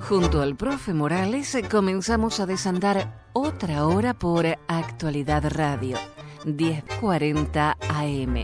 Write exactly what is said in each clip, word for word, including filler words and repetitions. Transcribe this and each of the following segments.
Junto al profe Morales comenzamos a desandar otra hora por Actualidad Radio, diez cuarenta A M.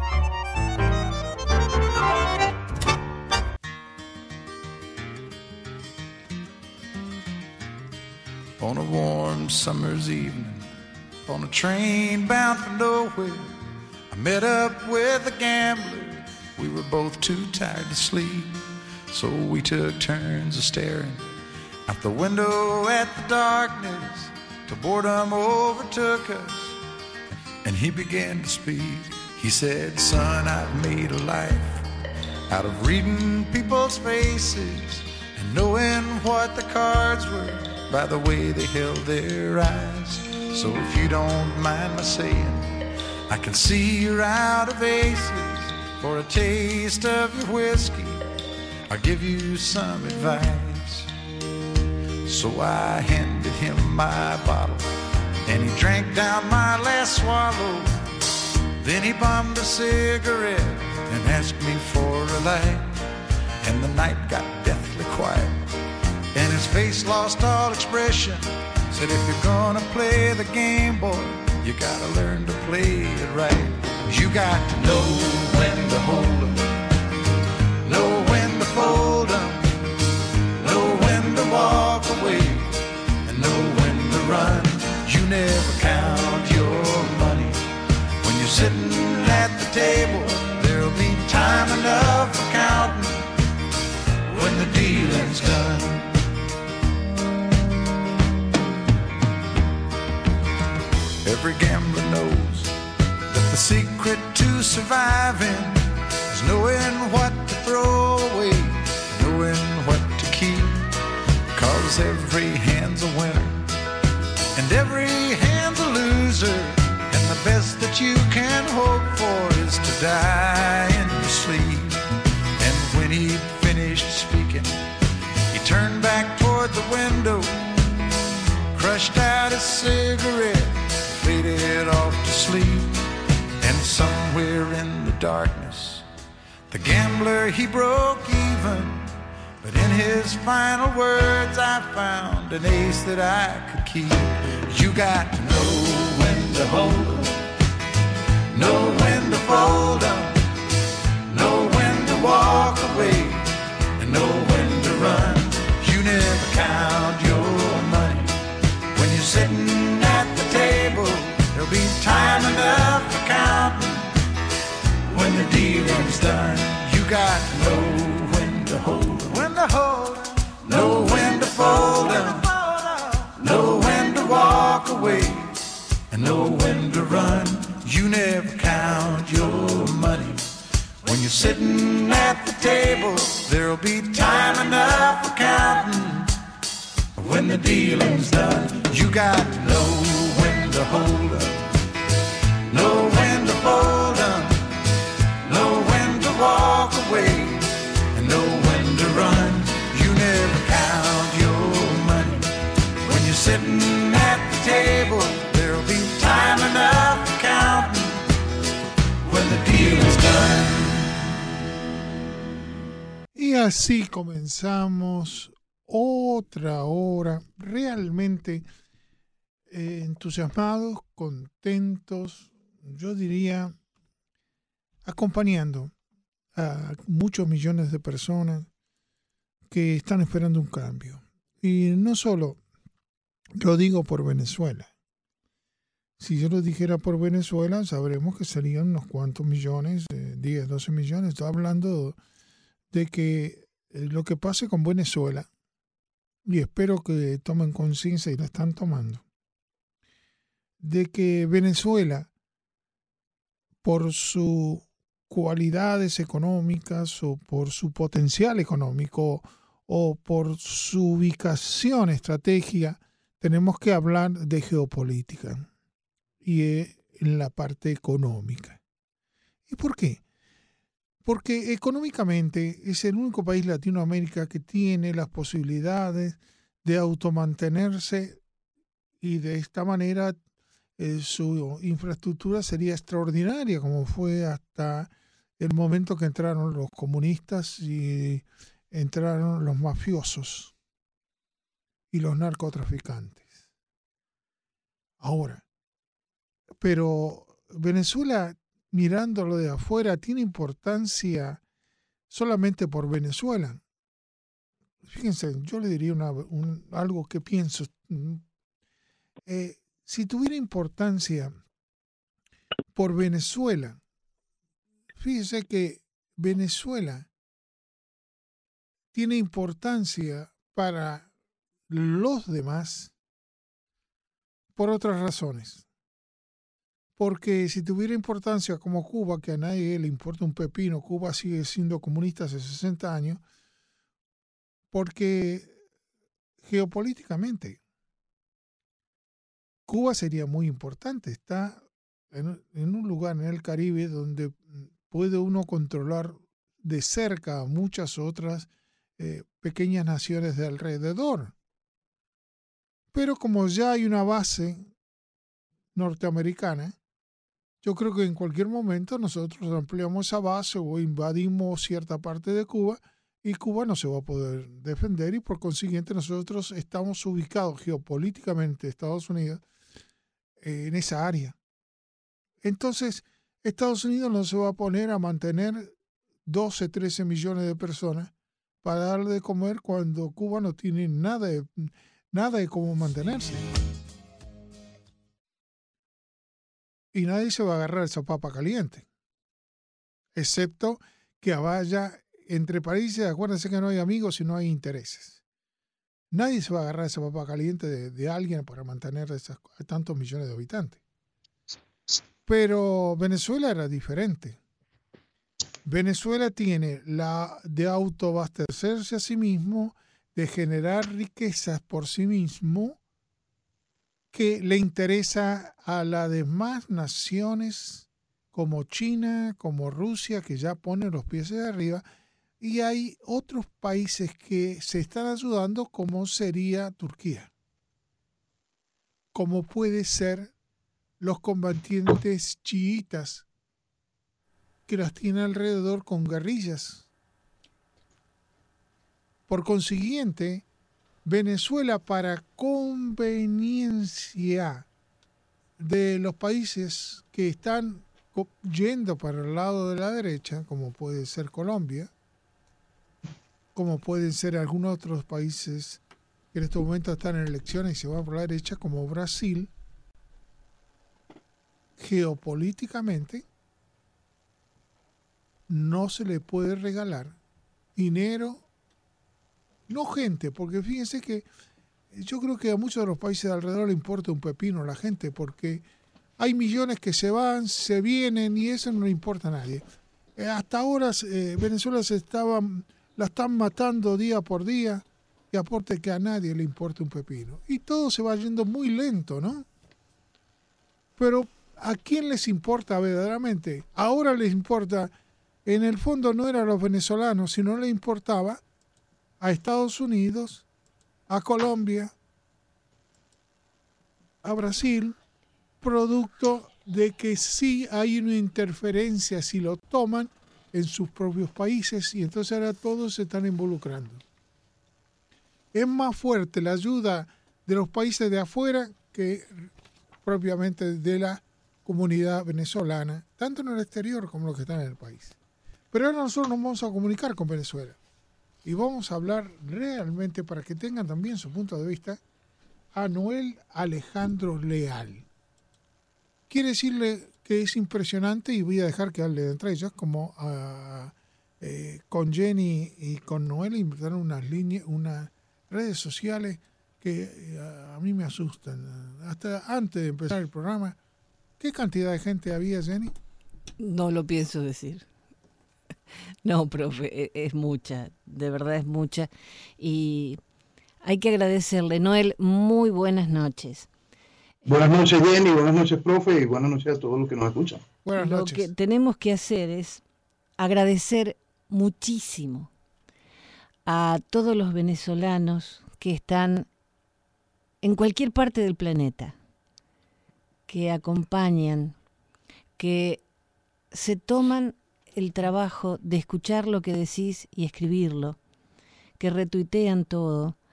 On a warm summer's evening, on a train bound for nowhere, I met up with a gambler. We were both too tired to sleep, so we took turns of staring out the window at the darkness till boredom overtook us, and he began to speak. He said, "Son, I've made a life out of reading people's faces and knowing what the cards were by the way they held their eyes. So if you don't mind my saying, I can see you're out of aces. For a taste of your whiskey, I'll give you some advice." So I handed him my bottle, and he drank down my last swallow. Then he bummed a cigarette and asked me for a light, and the night got deathly quiet, and his face lost all expression. Said, "If you're gonna play the game, boy, you gotta learn to play it right. You got to know when to hold 'em, know when to fold 'em, know when to walk away, and know when to run. You never count your money when you're sitting at the table. There'll be time enough for counting when the dealing's done." Every gambler knows that the secret to surviving is knowing what to throw away, knowing what to keep. Cause every hand's a winner and every hand's a loser, and the best that you can hope for is to die in your sleep. And when he finished speaking, he turned back toward the window, crushed out his cigarette, faded off to sleep. And somewhere in the darkness, the gambler, he broke even. But in his final words, I found an ace that I could keep. You got to know when to hold 'em, know when to fold 'em, know when to walk away, and know when to run. You never count your money when you're sitting at the table. There'll be time enough for counting when the dealing's done. You got to know when to hold 'em, when to hold 'em, know when to fold 'em, know when to walk away, and know when to run. You never count your money when you're sitting at the table. There'll be time enough for counting when the dealing's done. You got to know when to hold 'em, know when to fold 'em, know when to walk away, and know when to run. You never count your money when you're sitting at the table. There'll be time enough for counting when the deal is done. Y así comenzamos otra hora realmente eh, entusiasmados, contentos, yo diría acompañando a muchos millones de personas que están esperando un cambio. Y no solo lo digo por Venezuela. Si yo lo dijera por Venezuela, sabremos que serían unos cuantos millones, eh, diez, doce millones. Estoy hablando de que eh, lo que pase con Venezuela, y espero que tomen conciencia y la están tomando, de que Venezuela, por sus cualidades económicas o por su potencial económico o por su ubicación estratégica, tenemos que hablar de geopolítica y en la parte económica. ¿Y por qué? Porque económicamente es el único país de Latinoamérica que tiene las posibilidades de automantenerse, y de esta manera eh, su infraestructura sería extraordinaria, como fue hasta el momento que entraron los comunistas y entraron los mafiosos. y los narcotraficantes. Ahora, pero Venezuela, mirándolo de afuera, tiene importancia solamente por Venezuela. Fíjense, yo le diría una, un, algo que pienso. Eh, si tuviera importancia por Venezuela, fíjense que Venezuela tiene importancia para los demás por otras razones. Porque si tuviera importancia como Cuba, que a nadie le importa un pepino, Cuba sigue siendo comunista hace sesenta años, porque geopolíticamente Cuba sería muy importante. Está en, en un lugar en el Caribe donde puede uno controlar de cerca a muchas otras eh, pequeñas naciones de alrededor. Pero como ya hay una base norteamericana, yo creo que en cualquier momento nosotros ampliamos esa base o invadimos cierta parte de Cuba y Cuba no se va a poder defender y por consiguiente nosotros estamos ubicados geopolíticamente, Estados Unidos, eh, en esa área. Entonces, Estados Unidos no se va a poner a mantener doce, trece millones de personas para darle de comer cuando Cuba no tiene nada de, nada de cómo mantenerse. Y nadie se va a agarrar esa papa caliente, excepto que vaya entre países. Acuérdense que no hay amigos y no hay intereses. Nadie se va a agarrar esa papa caliente de, de alguien para mantener esas, a tantos millones de habitantes. Pero Venezuela era diferente. Venezuela tiene la de autoabastecerse a sí mismo, de generar riquezas por sí mismo, que le interesa a las demás naciones como China, como Rusia, que ya ponen los pies de arriba, y hay otros países que se están ayudando, como sería Turquía, como puede ser los combatientes chiitas que las tiene alrededor con guerrillas. Por consiguiente, Venezuela, para conveniencia de los países que están yendo para el lado de la derecha, como puede ser Colombia, como pueden ser algunos otros países que en estos momentos están en elecciones y se van por la derecha, como Brasil, geopolíticamente no se le puede regalar dinero, no gente, porque fíjense que yo creo que a muchos de los países de alrededor le importa un pepino a la gente, porque hay millones que se van, se vienen y eso no le importa a nadie. Eh, hasta ahora eh, Venezuela se estaba, la están matando día por día y aporte que a nadie le importa un pepino. Y todo se va yendo muy lento, ¿no? Pero ¿a quién les importa verdaderamente? Ahora les importa, en el fondo no eran los venezolanos, sino le importaba a Estados Unidos, a Colombia, a Brasil, producto de que sí hay una interferencia si lo toman en sus propios países y entonces ahora todos se están involucrando. Es más fuerte la ayuda de los países de afuera que propiamente de la comunidad venezolana, tanto en el exterior como los que están en el país. Pero ahora nosotros nos vamos a comunicar con Venezuela y vamos a hablar realmente, para que tengan también su punto de vista, a Noel Alejandro Leal. Quiere decirle que es impresionante y voy a dejar que hable entre ellos, como uh, eh, con Jenny y con Noel inventaron unas líneas, unas redes sociales que uh, a mí me asustan. Hasta antes de empezar el programa, ¿qué cantidad de gente había, Jenny? No lo pienso decir. No, profe, es mucha, de verdad es mucha. Y hay que agradecerle. Noel, muy buenas noches. Buenas noches, Jenny, buenas noches, profe, y buenas noches a todos los que nos escuchan. Buenas Lo noches. que tenemos que hacer es agradecer muchísimo a todos los venezolanos que están en cualquier parte del planeta, que acompañan, que se toman el trabajo de escuchar lo que decís y escribirlo, que retuitean todo,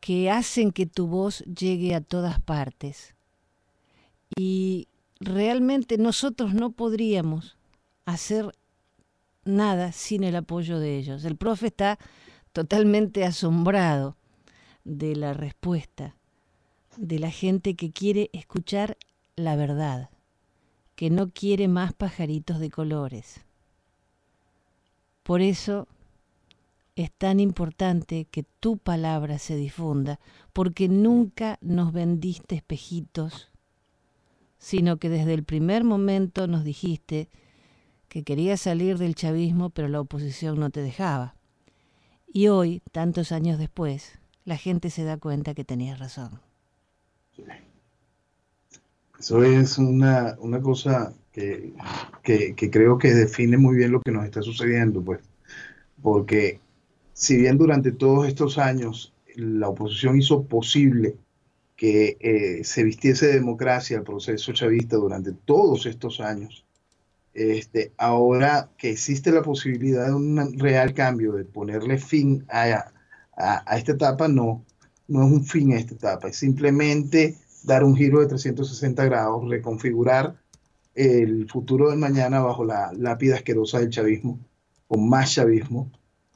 que hacen que tu voz llegue a todas partes. Y realmente nosotros no podríamos hacer nada sin el apoyo de ellos. El profe está totalmente asombrado de la respuesta de la gente que quiere escuchar la verdad, que no quiere más pajaritos de colores. Por eso es tan importante que tu palabra se difunda, porque nunca nos vendiste espejitos, sino que desde el primer momento nos dijiste que querías salir del chavismo, pero la oposición no te dejaba. Y hoy, tantos años después, la gente se da cuenta que tenías razón. Eso es una, una cosa que, que, que creo que define muy bien lo que nos está sucediendo, pues, porque si bien durante todos estos años la oposición hizo posible que eh, se vistiese de democracia el proceso chavista durante todos estos años, este, ahora que existe la posibilidad de un real cambio, de ponerle fin a, a, a esta etapa, no, no es un fin a esta etapa, es simplemente dar un giro de trescientos sesenta grados, reconfigurar el futuro del mañana bajo la lápida asquerosa del chavismo, con más chavismo.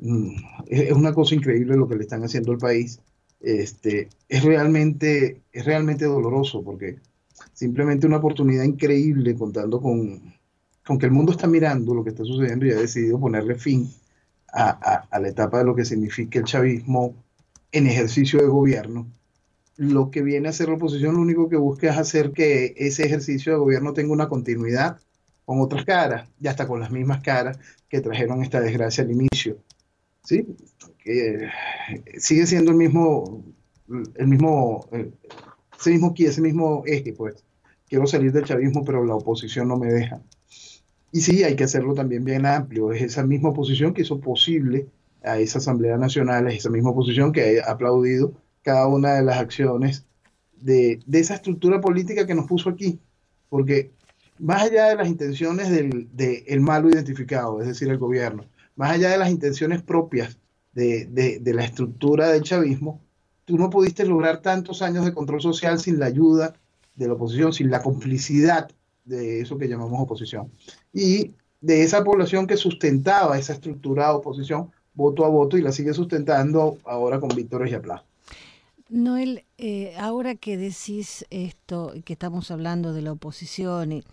Es una cosa increíble lo que le están haciendo al país. Este, es, realmente, es realmente doloroso, porque simplemente una oportunidad increíble contando con, con que el mundo está mirando lo que está sucediendo y ha decidido ponerle fin a, a, a la etapa de lo que significa el chavismo en ejercicio de gobierno. Lo que viene a hacer la oposición lo único que busca es hacer que ese ejercicio de gobierno tenga una continuidad con otras caras, y hasta con las mismas caras que trajeron esta desgracia al inicio. ¿Sí? Que sigue siendo el mismo, el mismo, ese mismo, ese mismo eje, pues. Quiero salir del chavismo, pero la oposición no me deja. Y sí, hay que hacerlo también bien amplio. Es esa misma oposición que hizo posible a esa Asamblea Nacional, es esa misma oposición que ha aplaudido cada una de las acciones de, de esa estructura política que nos puso aquí. Porque más allá de las intenciones del de el malo identificado, es decir, el gobierno, más allá de las intenciones propias de, de, de la estructura del chavismo, tú no pudiste lograr tantos años de control social sin la ayuda de la oposición, sin la complicidad de eso que llamamos oposición. Y de esa población que sustentaba esa estructura de oposición voto a voto y la sigue sustentando ahora con victorias y aplausos. Noel, eh, ahora que decís esto, que estamos hablando de la oposición, y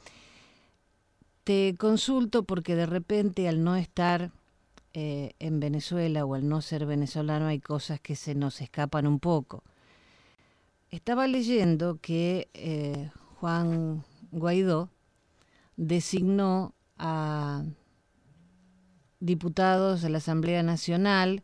te consulto porque de repente al no estar eh, en Venezuela o al no ser venezolano hay cosas que se nos escapan un poco. Estaba leyendo que eh, Juan Guaidó designó a diputados de la Asamblea Nacional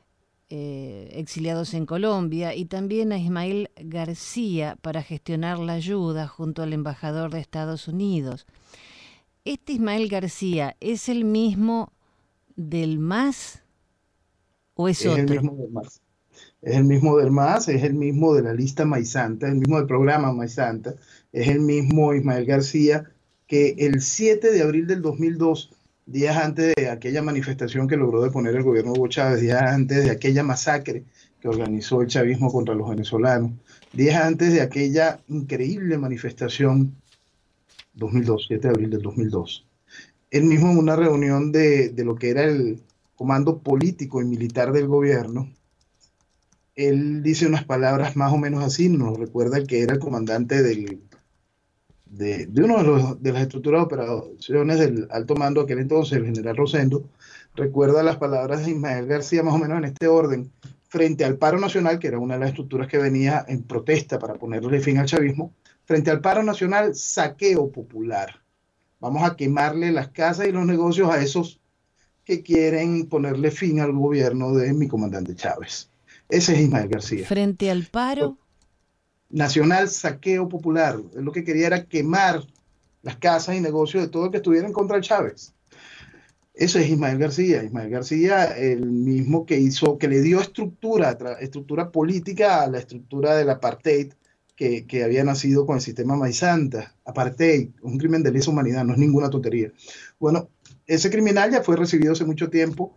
eh, exiliados en Colombia y también a Ismael García para gestionar la ayuda junto al embajador de Estados Unidos. ¿Este Ismael García es el mismo del M A S o es, es otro? El mismo del M A S. Es el mismo del M A S, es el mismo de la lista Maizanta, es el mismo del programa Maizanta, es el mismo Ismael García que el siete de abril del dos mil dos, días antes de aquella manifestación que logró deponer el gobierno de Hugo Chávez, días antes de aquella masacre que organizó el chavismo contra los venezolanos, días antes de aquella increíble manifestación, dos mil dos, siete de abril del dos mil dos. Él mismo en una reunión de, de lo que era el comando político y militar del gobierno, él dice unas palabras más o menos así, nos recuerda el que era el comandante del, de, de una de, los, de las estructuras de operaciones del alto mando aquel entonces, el general Rosendo, recuerda las palabras de Ismael García más o menos en este orden, frente al paro nacional, que era una de las estructuras que venía en protesta para ponerle fin al chavismo, frente al paro nacional, saqueo popular. Vamos a quemarle las casas y los negocios a esos que quieren ponerle fin al gobierno de mi comandante Chávez. Ese es Ismael García. Frente al paro nacional, saqueo popular. Él lo que quería era quemar las casas y negocios de todo el que estuviera en contra de Chávez. Ese es Ismael García. Ismael García, el mismo que hizo, que le dio estructura, estructura política a la estructura del apartheid que, que había nacido con el sistema Maizanta. Apartheid, un crimen de lesa humanidad, no es ninguna tontería. Bueno, ese criminal ya fue recibido hace mucho tiempo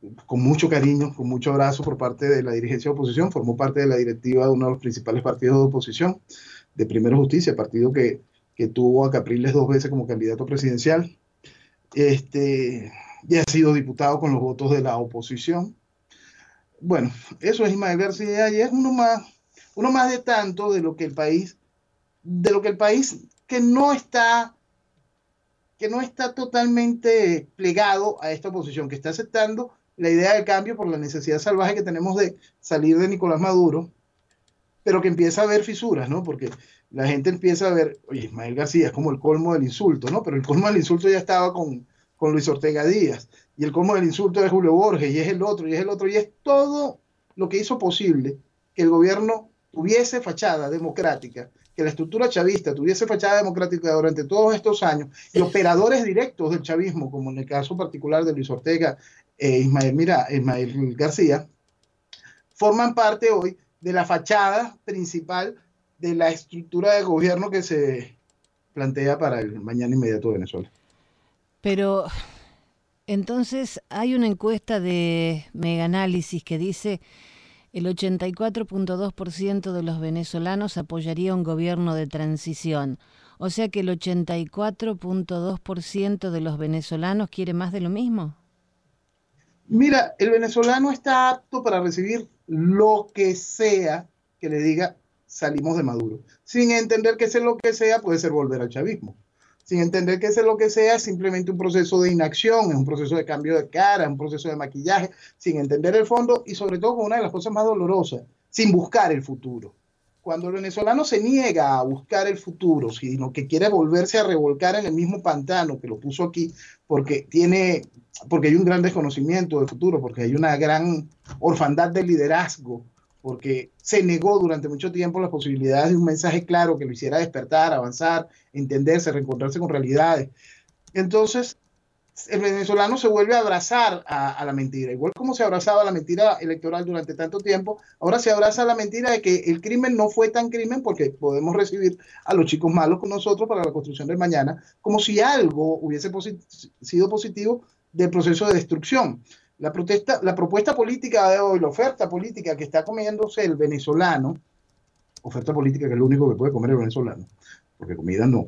con mucho cariño, con mucho abrazo por parte de la dirigencia de oposición, formó parte de la directiva de uno de los principales partidos de oposición, de Primero Justicia, partido que, que tuvo a Capriles dos veces como candidato presidencial, este, y ha sido diputado con los votos de la oposición. Bueno, eso es Ismael García y es uno más, uno más de tanto de lo que el país, de lo que el país que no está, que no está totalmente plegado a esta oposición, que está aceptando la idea del cambio por la necesidad salvaje que tenemos de salir de Nicolás Maduro, pero que empieza a haber fisuras, ¿no? Porque la gente empieza a ver, oye, Ismael García es como el colmo del insulto, ¿no? Pero el colmo del insulto ya estaba con, con Luis Ortega Díaz, y el colmo del insulto es Julio Borges, y es el otro, y es el otro, y es todo lo que hizo posible que el gobierno tuviese fachada democrática, que la estructura chavista tuviese fachada democrática durante todos estos años, y operadores directos del chavismo, como en el caso particular de Luis Ortega, eh, Ismael, mira, Ismael García, forman parte hoy de la fachada principal de la estructura de gobierno que se plantea para el mañana inmediato de Venezuela. Pero entonces hay una encuesta de Megaanálisis que dice el ochenta y cuatro punto dos por ciento de los venezolanos apoyaría un gobierno de transición. O sea que el ochenta y cuatro punto dos por ciento de los venezolanos quiere más de lo mismo. Mira, el venezolano está apto para recibir lo que sea que le diga salimos de Maduro, sin entender que ese lo que sea puede ser volver al chavismo, sin entender que ese lo que sea es simplemente un proceso de inacción, es un proceso de cambio de cara, es un proceso de maquillaje, sin entender el fondo y sobre todo con una de las cosas más dolorosas, sin buscar el futuro. Cuando el venezolano se niega a buscar el futuro, sino que quiere volverse a revolcar en el mismo pantano que lo puso aquí, porque tiene, porque hay un gran desconocimiento del futuro, porque hay una gran orfandad de liderazgo, porque se negó durante mucho tiempo las posibilidades de un mensaje claro que lo hiciera despertar, avanzar, entenderse, reencontrarse con realidades. Entonces, el venezolano se vuelve a abrazar a, a la mentira. Igual como se abrazaba a la mentira electoral durante tanto tiempo, ahora se abraza a la mentira de que el crimen no fue tan crimen porque podemos recibir a los chicos malos con nosotros para la construcción del mañana, como si algo hubiese posit- sido positivo del proceso de destrucción. La, protesta, la propuesta política de hoy, la oferta política que está comiéndose el venezolano, oferta política que es lo único que puede comer el venezolano, porque comida no,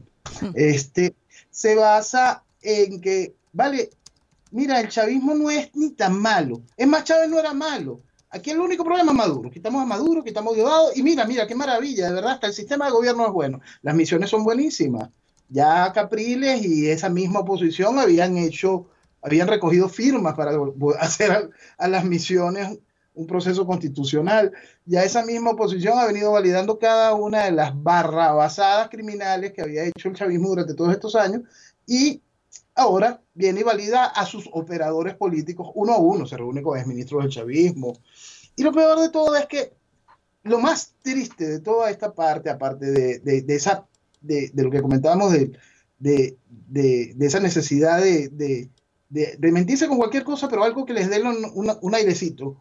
este, se basa en que vale, mira, el chavismo no es ni tan malo. Es más, Chávez no era malo. Aquí el único problema es Maduro. Quitamos a Maduro, quitamos a Diosdado, y mira, mira, qué maravilla, de verdad, hasta el sistema de gobierno es bueno. Las misiones son buenísimas. Ya Capriles y esa misma oposición habían hecho, habían recogido firmas para hacer a, a las misiones un proceso constitucional. Ya esa misma oposición ha venido validando cada una de las barrabasadas criminales que había hecho el chavismo durante todos estos años, y ahora viene y valida a sus operadores políticos uno a uno, se reúne con exministros del chavismo. Y lo peor de todo es que lo más triste de toda esta parte, aparte de, de, de, esa, de, de lo que comentábamos, de, de, de, de esa necesidad de, de, de, de mentirse con cualquier cosa, pero algo que les dé un, un, un airecito,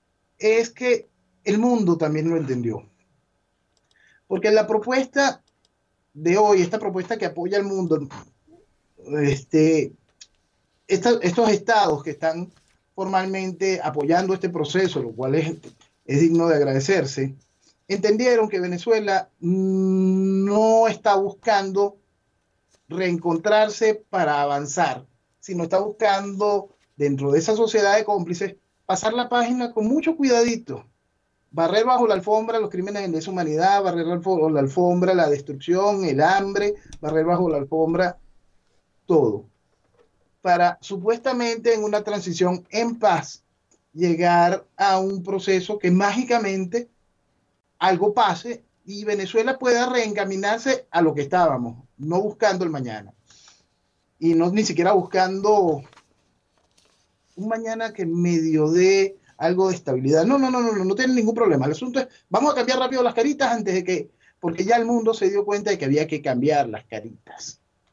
es que el mundo también lo entendió. Porque la propuesta de hoy, esta propuesta que apoya al mundo, Este, esta, estos estados que están formalmente apoyando este proceso, lo cual es, es digno de agradecerse, entendieron que Venezuela no está buscando reencontrarse para avanzar, sino está buscando, dentro de esa sociedad de cómplices, pasar la página con mucho cuidadito, barrer bajo la alfombra los crímenes de lesa humanidad, barrer bajo la alfombra la destrucción, el hambre, barrer bajo la alfombra todo, para supuestamente en una transición en paz llegar a un proceso que mágicamente algo pase y Venezuela pueda reencaminarse a lo que estábamos, no buscando el mañana y no ni siquiera buscando un mañana que medio dé algo de estabilidad. No, no, no, no, no, no tiene ningún problema. El asunto es, vamos a cambiar rápido las caritas antes de que, porque ya el mundo se dio cuenta de que había que cambiar las caritas.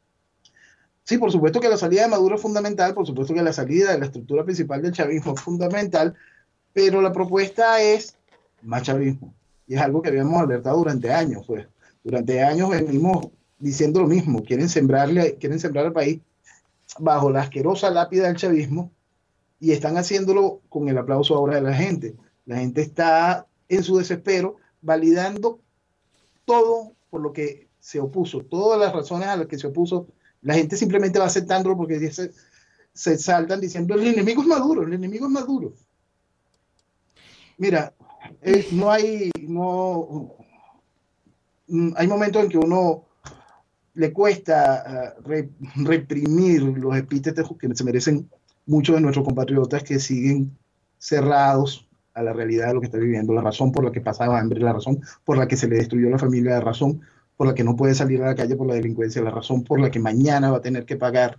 Sí, por supuesto que la salida de Maduro es fundamental, por supuesto que la salida de la estructura principal del chavismo es fundamental, pero la propuesta es más chavismo. Y es algo que habíamos alertado durante años. Pues. Durante años venimos diciendo lo mismo. Quieren sembrarle, quieren sembrar al país bajo la asquerosa lápida del chavismo y están haciéndolo con el aplauso ahora de la gente. La gente está en su desespero validando todo por lo que se opuso, todas las razones a las que se opuso. La gente simplemente va aceptándolo porque se, se saltan diciendo el enemigo es Maduro, el enemigo es Maduro. Mira, eh, no hay, no, hay momentos en que uno le cuesta uh, re, reprimir los epítetos que se merecen muchos de nuestros compatriotas que siguen cerrados a la realidad de lo que está viviendo, la razón por la que pasaba hambre, la razón por la que se le destruyó la familia, la razón por la que no puede salir a la calle por la delincuencia, la razón por la que mañana va a tener que pagar,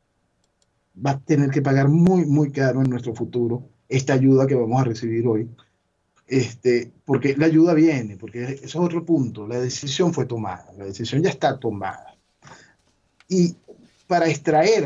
va a tener que pagar muy, muy caro en nuestro futuro esta ayuda que vamos a recibir hoy. Este, porque la ayuda viene, porque eso es otro punto, la decisión fue tomada, la decisión ya está tomada. Y para extraer,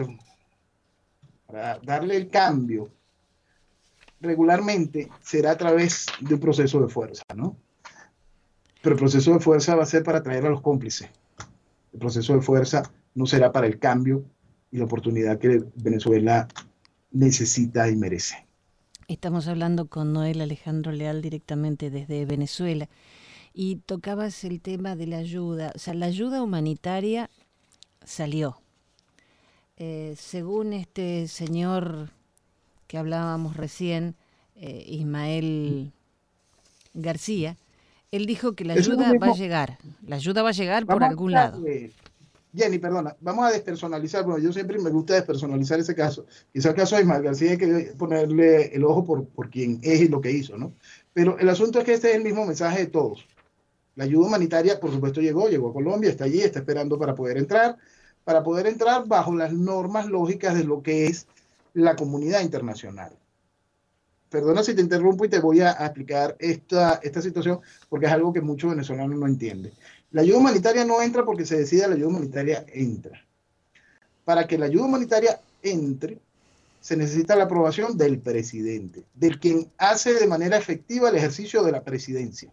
para darle el cambio, regularmente será a través de un proceso de fuerza, ¿no? Pero el proceso de fuerza va a ser para atraer a los cómplices. El proceso de fuerza no será para el cambio y la oportunidad que Venezuela necesita y merece. Estamos hablando con Noel Alejandro Leal directamente desde Venezuela y tocabas el tema de la ayuda. O sea, la ayuda humanitaria salió. Eh, según este señor que hablábamos recién, eh, Ismael García, él dijo que la ayuda va a llegar. La ayuda va a llegar por algún lado. Jenny, perdona, vamos a despersonalizar, bueno, yo siempre me gusta despersonalizar ese caso. Quizá el caso de Ismael García hay que ponerle el ojo por, por quién es y lo que hizo, ¿no? Pero el asunto es que este es el mismo mensaje de todos. La ayuda humanitaria, por supuesto, llegó, llegó a Colombia, está allí, está esperando para poder entrar, para poder entrar bajo las normas lógicas de lo que es la comunidad internacional. Perdona si te interrumpo y te voy a explicar esta, esta situación, porque es algo que muchos venezolanos no entienden. La ayuda humanitaria no entra porque se decida, la ayuda humanitaria entra. Para que la ayuda humanitaria entre, se necesita la aprobación del presidente, del quien hace de manera efectiva el ejercicio de la presidencia.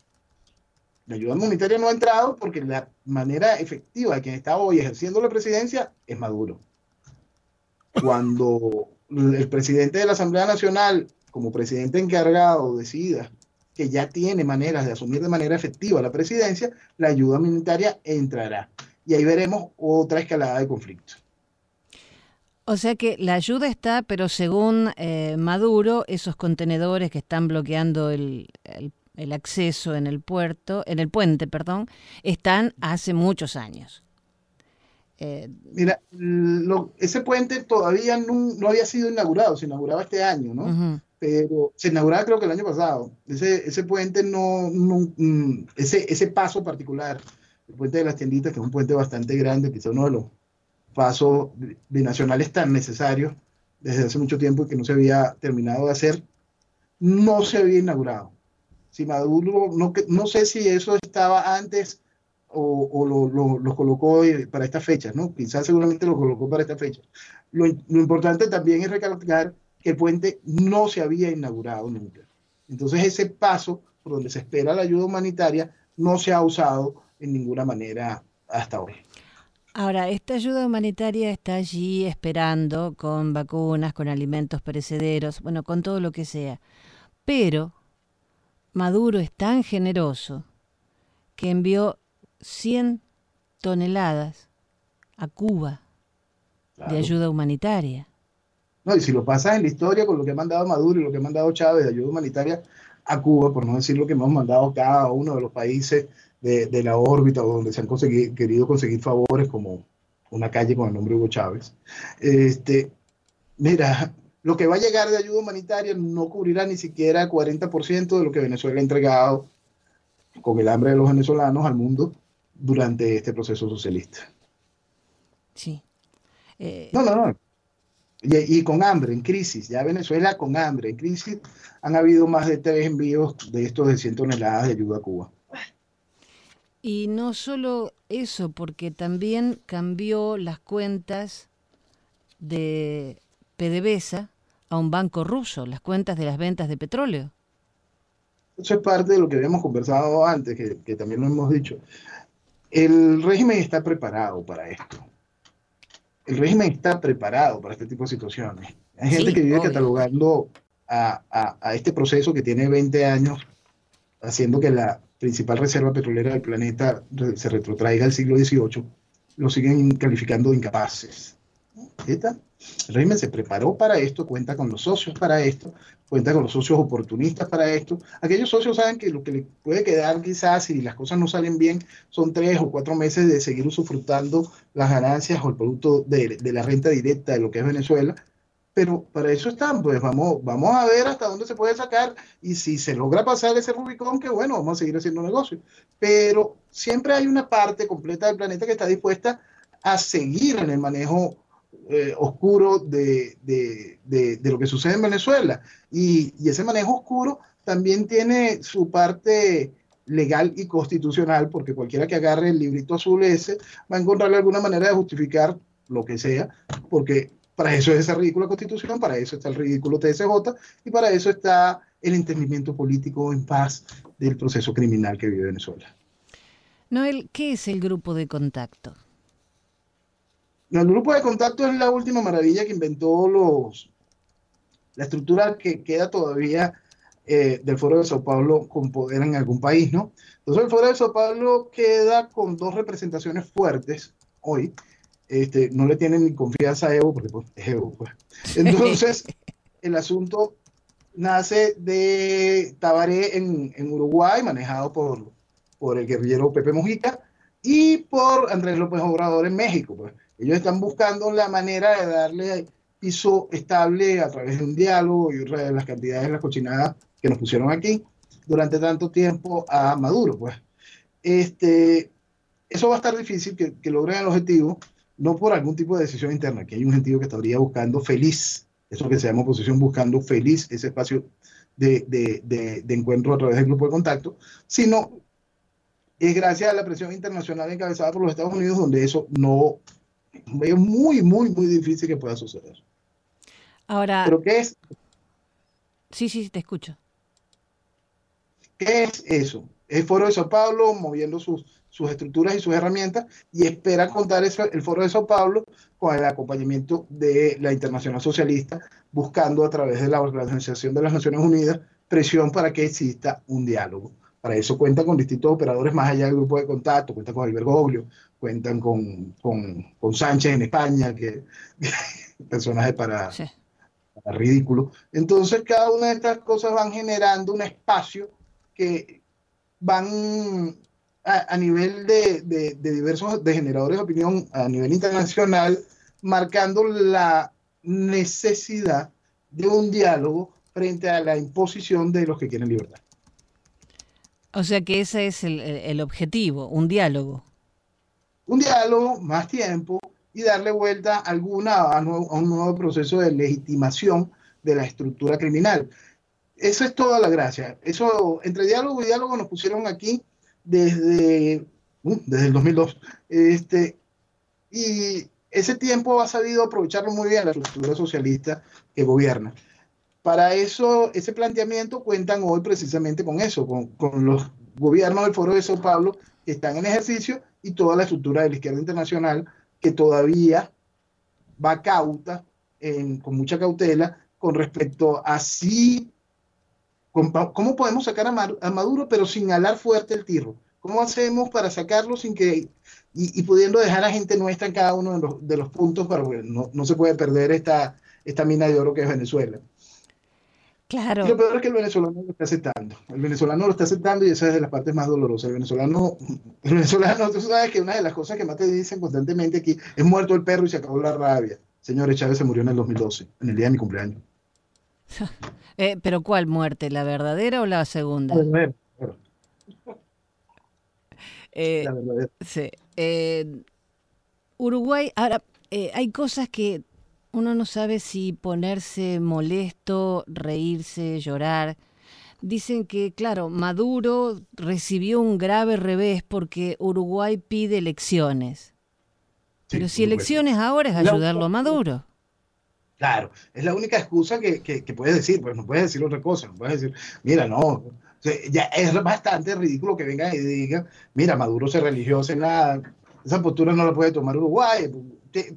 La ayuda humanitaria no ha entrado porque la manera efectiva de quien está hoy ejerciendo la presidencia es Maduro. Cuando el presidente de la Asamblea Nacional, como presidente encargado, decida que ya tiene maneras de asumir de manera efectiva la presidencia, la ayuda humanitaria entrará. Y ahí veremos otra escalada de conflicto. O sea que la ayuda está, pero según eh, Maduro, esos contenedores que están bloqueando el, el, el acceso en el puerto, en el puente, perdón, están hace muchos años. Eh, Mira, lo, ese puente todavía no, no había sido inaugurado, se inauguraba este año, ¿no? Uh-huh. Pero se inauguraba creo que el año pasado. Ese, ese puente no, no ese, ese paso particular, el puente de las tienditas, que es un puente bastante grande, quizá uno de los pasos binacionales tan necesarios desde hace mucho tiempo y que no se había terminado de hacer, no se había inaugurado. Si Maduro, no, no sé si eso estaba antes o, o lo, lo, lo colocó para esta fecha, ¿no? Quizás seguramente lo colocó para esta fecha. Lo, lo importante también es recalcar que el puente no se había inaugurado nunca. Entonces ese paso por donde se espera la ayuda humanitaria no se ha usado en ninguna manera hasta hoy. Ahora, esta ayuda humanitaria está allí esperando con vacunas, con alimentos perecederos, bueno, con todo lo que sea. Pero Maduro es tan generoso que envió cien toneladas a Cuba, claro, de ayuda humanitaria. No, y si lo pasas en la historia con lo que ha mandado Maduro y lo que ha mandado Chávez de ayuda humanitaria a Cuba, por no decir lo que hemos mandado cada uno de los países de, de la órbita o donde se han conseguido, querido conseguir favores, como una calle con el nombre de Hugo Chávez. Este, mira, lo que va a llegar de ayuda humanitaria no cubrirá ni siquiera el cuarenta por ciento de lo que Venezuela ha entregado con el hambre de los venezolanos al mundo durante este proceso socialista. Sí. Eh... No, no, no. Y, y con hambre, en crisis, ya Venezuela con hambre, en crisis, han habido más de tres envíos de estos de cien toneladas de ayuda a Cuba. Y no solo eso, porque también cambió las cuentas de PDVSA a un banco ruso, las cuentas de las ventas de petróleo. Eso es parte de lo que habíamos conversado antes, que, que también lo hemos dicho. El régimen está preparado para esto. El régimen está preparado para este tipo de situaciones. Hay gente Sí, que vive obvio. catalogando a, a, a este proceso que tiene veinte años, haciendo que la principal reserva petrolera del planeta se retrotraiga al siglo dieciocho, lo siguen calificando de incapaces. ¿Está? El régimen se preparó para esto, cuenta con los socios para esto, cuenta con los socios oportunistas para esto. Aquellos socios saben que lo que les puede quedar quizás si las cosas no salen bien son tres o cuatro meses de seguir usufructando las ganancias o el producto de, de la renta directa de lo que es Venezuela, pero para eso están, pues vamos, vamos a ver hasta dónde se puede sacar y si se logra pasar ese Rubicón, que bueno, vamos a seguir haciendo negocio. Pero siempre hay una parte completa del planeta que está dispuesta a seguir en el manejo eh, oscuro de, de, de, de lo que sucede en Venezuela. Y, y ese manejo oscuro también tiene su parte legal y constitucional, porque cualquiera que agarre el librito azul ese va a encontrarle alguna manera de justificar lo que sea, porque para eso es esa ridícula constitución, para eso está el ridículo T S J y para eso está el entendimiento político en paz del proceso criminal que vive Venezuela. Noel, ¿qué es el grupo de contacto? El grupo de contacto es la última maravilla que inventó los, la estructura que queda todavía eh, del Foro de Sao Paulo con poder en algún país, ¿no? Entonces el Foro de Sao Paulo queda con dos representaciones fuertes hoy. Este, no le tienen ni confianza a Evo, porque pues, es Evo. Pues. Entonces, el asunto nace de Tabaré en, en Uruguay, manejado por, por el guerrillero Pepe Mujica, y por Andrés López Obrador en México. Pues. Ellos están buscando la manera de darle piso estable a través de un diálogo y otra de las cantidades de las cochinadas que nos pusieron aquí durante tanto tiempo a Maduro. Pues. Este, eso va a estar difícil que, que logren el objetivo, no por algún tipo de decisión interna, que hay un sentido que estaría buscando feliz, eso que se llama oposición, buscando feliz ese espacio de, de, de, de encuentro a través del grupo de contacto, sino es gracias a la presión internacional encabezada por los Estados Unidos, donde eso no es muy, muy, muy difícil que pueda suceder. Ahora, ¿Pero qué es? Sí, sí, te escucho. ¿Qué es eso? El Foro de Sao Paulo moviendo sus, sus estructuras y sus herramientas y espera contar eso, el Foro de Sao Paulo con el acompañamiento de la Internacional Socialista, buscando a través de la Organización de las Naciones Unidas presión para que exista un diálogo. Para eso cuentan con distintos operadores más allá del grupo de contacto, cuentan con Albergoglio, cuentan con, con, con Sánchez en España, que, que personaje para, sí. para ridículo. Entonces cada una de estas cosas van generando un espacio que van a, a nivel de, de, de diversos de generadores de opinión a nivel internacional, marcando la necesidad de un diálogo frente a la imposición de los que quieren libertad. O sea que ese es el, el objetivo, un diálogo. Un diálogo, más tiempo, y darle vuelta alguna a, nuevo, a un nuevo proceso de legitimación de la estructura criminal. Esa es toda la gracia. Eso, entre diálogo y diálogo nos pusieron aquí desde, uh, desde el dos mil dos. Este, y ese tiempo ha sabido aprovecharlo muy bien la estructura socialista que gobierna. Para eso, ese planteamiento cuentan hoy precisamente con eso, con, con los gobiernos del Foro de Sao Paulo que están en ejercicio y toda la estructura de la izquierda internacional que todavía va cauta, en, con mucha cautela, con respecto a si, con, cómo podemos sacar a, a Maduro pero sin alar fuerte el tirro. ¿Cómo hacemos para sacarlo sin que, y, y pudiendo dejar a gente nuestra en cada uno de los, de los puntos, para bueno, no, no se puede perder esta, esta mina de oro que es Venezuela? Claro. Y lo peor es que el venezolano lo está aceptando. El venezolano lo está aceptando y esa es de las partes más dolorosas. El venezolano, el venezolano, tú sabes que una de las cosas que más te dicen constantemente aquí es muerto el perro y se acabó la rabia. Señores, Chávez se murió en el dos mil doce, en el día de mi cumpleaños. eh, ¿Pero cuál muerte? ¿La verdadera o la segunda? La verdadera. Eh, la verdadera. Sí. Eh, Uruguay, ahora, eh, hay cosas que uno no sabe si ponerse molesto, reírse, llorar. Dicen que, claro, Maduro recibió un grave revés porque Uruguay pide elecciones. Sí, pero si elecciones ahora es ayudarlo a Maduro. Claro, es la única excusa que, que, que puedes decir, pues no puedes decir otra cosa, no puedes decir, mira, no, o sea, ya es bastante ridículo que vengan y digan, mira, Maduro se religió hace nada, esa postura no la puede tomar Uruguay. Te,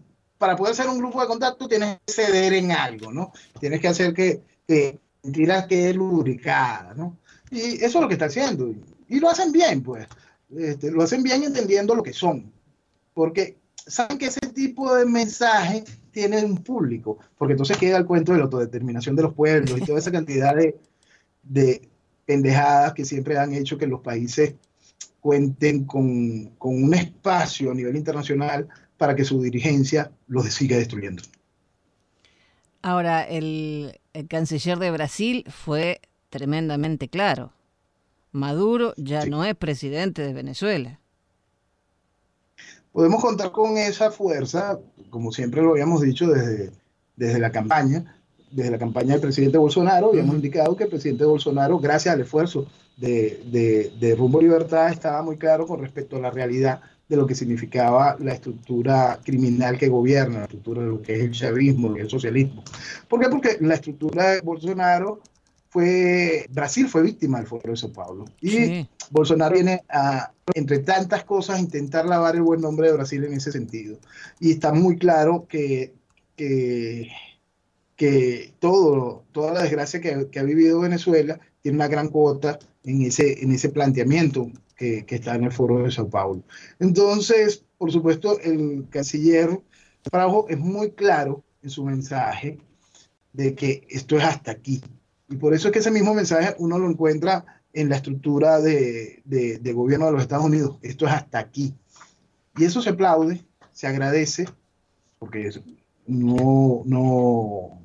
para poder ser un grupo de contacto tienes que ceder en algo, ¿no? Tienes que hacer que, que mentiras quede lubricada, ¿no? Y eso es lo que está haciendo. Y lo hacen bien, pues. Este, lo hacen bien entendiendo lo que son. Porque saben que ese tipo de mensaje tiene un público. Porque entonces queda el cuento de la autodeterminación de los pueblos y toda esa cantidad de, de pendejadas que siempre han hecho que los países cuenten con, con un espacio a nivel internacional para que su dirigencia los siga destruyendo. Ahora, el, el canciller de Brasil fue tremendamente claro. Maduro ya sí. no es presidente de Venezuela. Podemos contar con esa fuerza, como siempre lo habíamos dicho desde, desde la campaña, desde la campaña del presidente Bolsonaro, habíamos uh-huh. indicado que el presidente Bolsonaro, gracias al esfuerzo de, de, de Rumbo Libertad, estaba muy claro con respecto a la realidad de lo que significaba la estructura criminal que gobierna, la estructura de lo que es el chavismo y el socialismo. ¿Por qué? Porque la estructura de Bolsonaro fue, Brasil fue víctima del Foro de Sao Paulo. Y sí. Bolsonaro viene a, entre tantas cosas, intentar lavar el buen nombre de Brasil en ese sentido. Y está muy claro que, que, que todo, toda la desgracia que, que ha vivido Venezuela tiene una gran cuota en ese, en ese planteamiento que, que está en el Foro de Sao Paulo. Entonces, por supuesto, el canciller Fraujo es muy claro en su mensaje de que esto es hasta aquí. Y por eso es que ese mismo mensaje uno lo encuentra en la estructura de, de, de gobierno de los Estados Unidos. Esto es hasta aquí. Y eso se aplaude, se agradece, porque no... no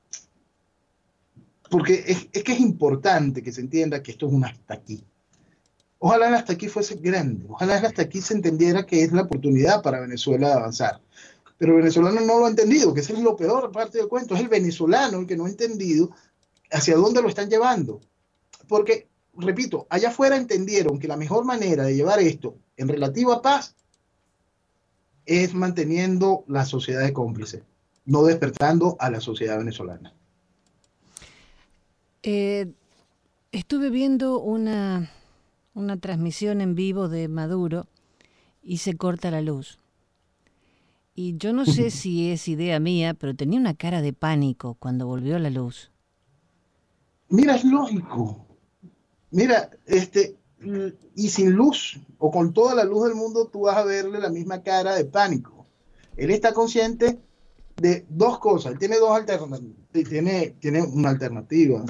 porque es, es que es importante que se entienda que esto es un hasta aquí. Ojalá el hasta aquí fuese grande, ojalá el hasta aquí se entendiera que es la oportunidad para Venezuela de avanzar. Pero el venezolano no lo ha entendido, que ese es lo peor parte del cuento, es el venezolano el que no ha entendido hacia dónde lo están llevando. Porque, repito, allá afuera entendieron que la mejor manera de llevar esto en relativa paz es manteniendo la sociedad de cómplices, no despertando a la sociedad venezolana. Eh, estuve viendo una, una transmisión en vivo de Maduro y se corta la luz. Y yo no sé si es idea mía, pero tenía una cara de pánico cuando volvió la luz. Mira, es lógico. Mira, este, y sin luz, o con toda la luz del mundo, tú vas a verle la misma cara de pánico. Él está consciente de dos cosas. Él tiene dos alternativas. Tiene, tiene una alternativa.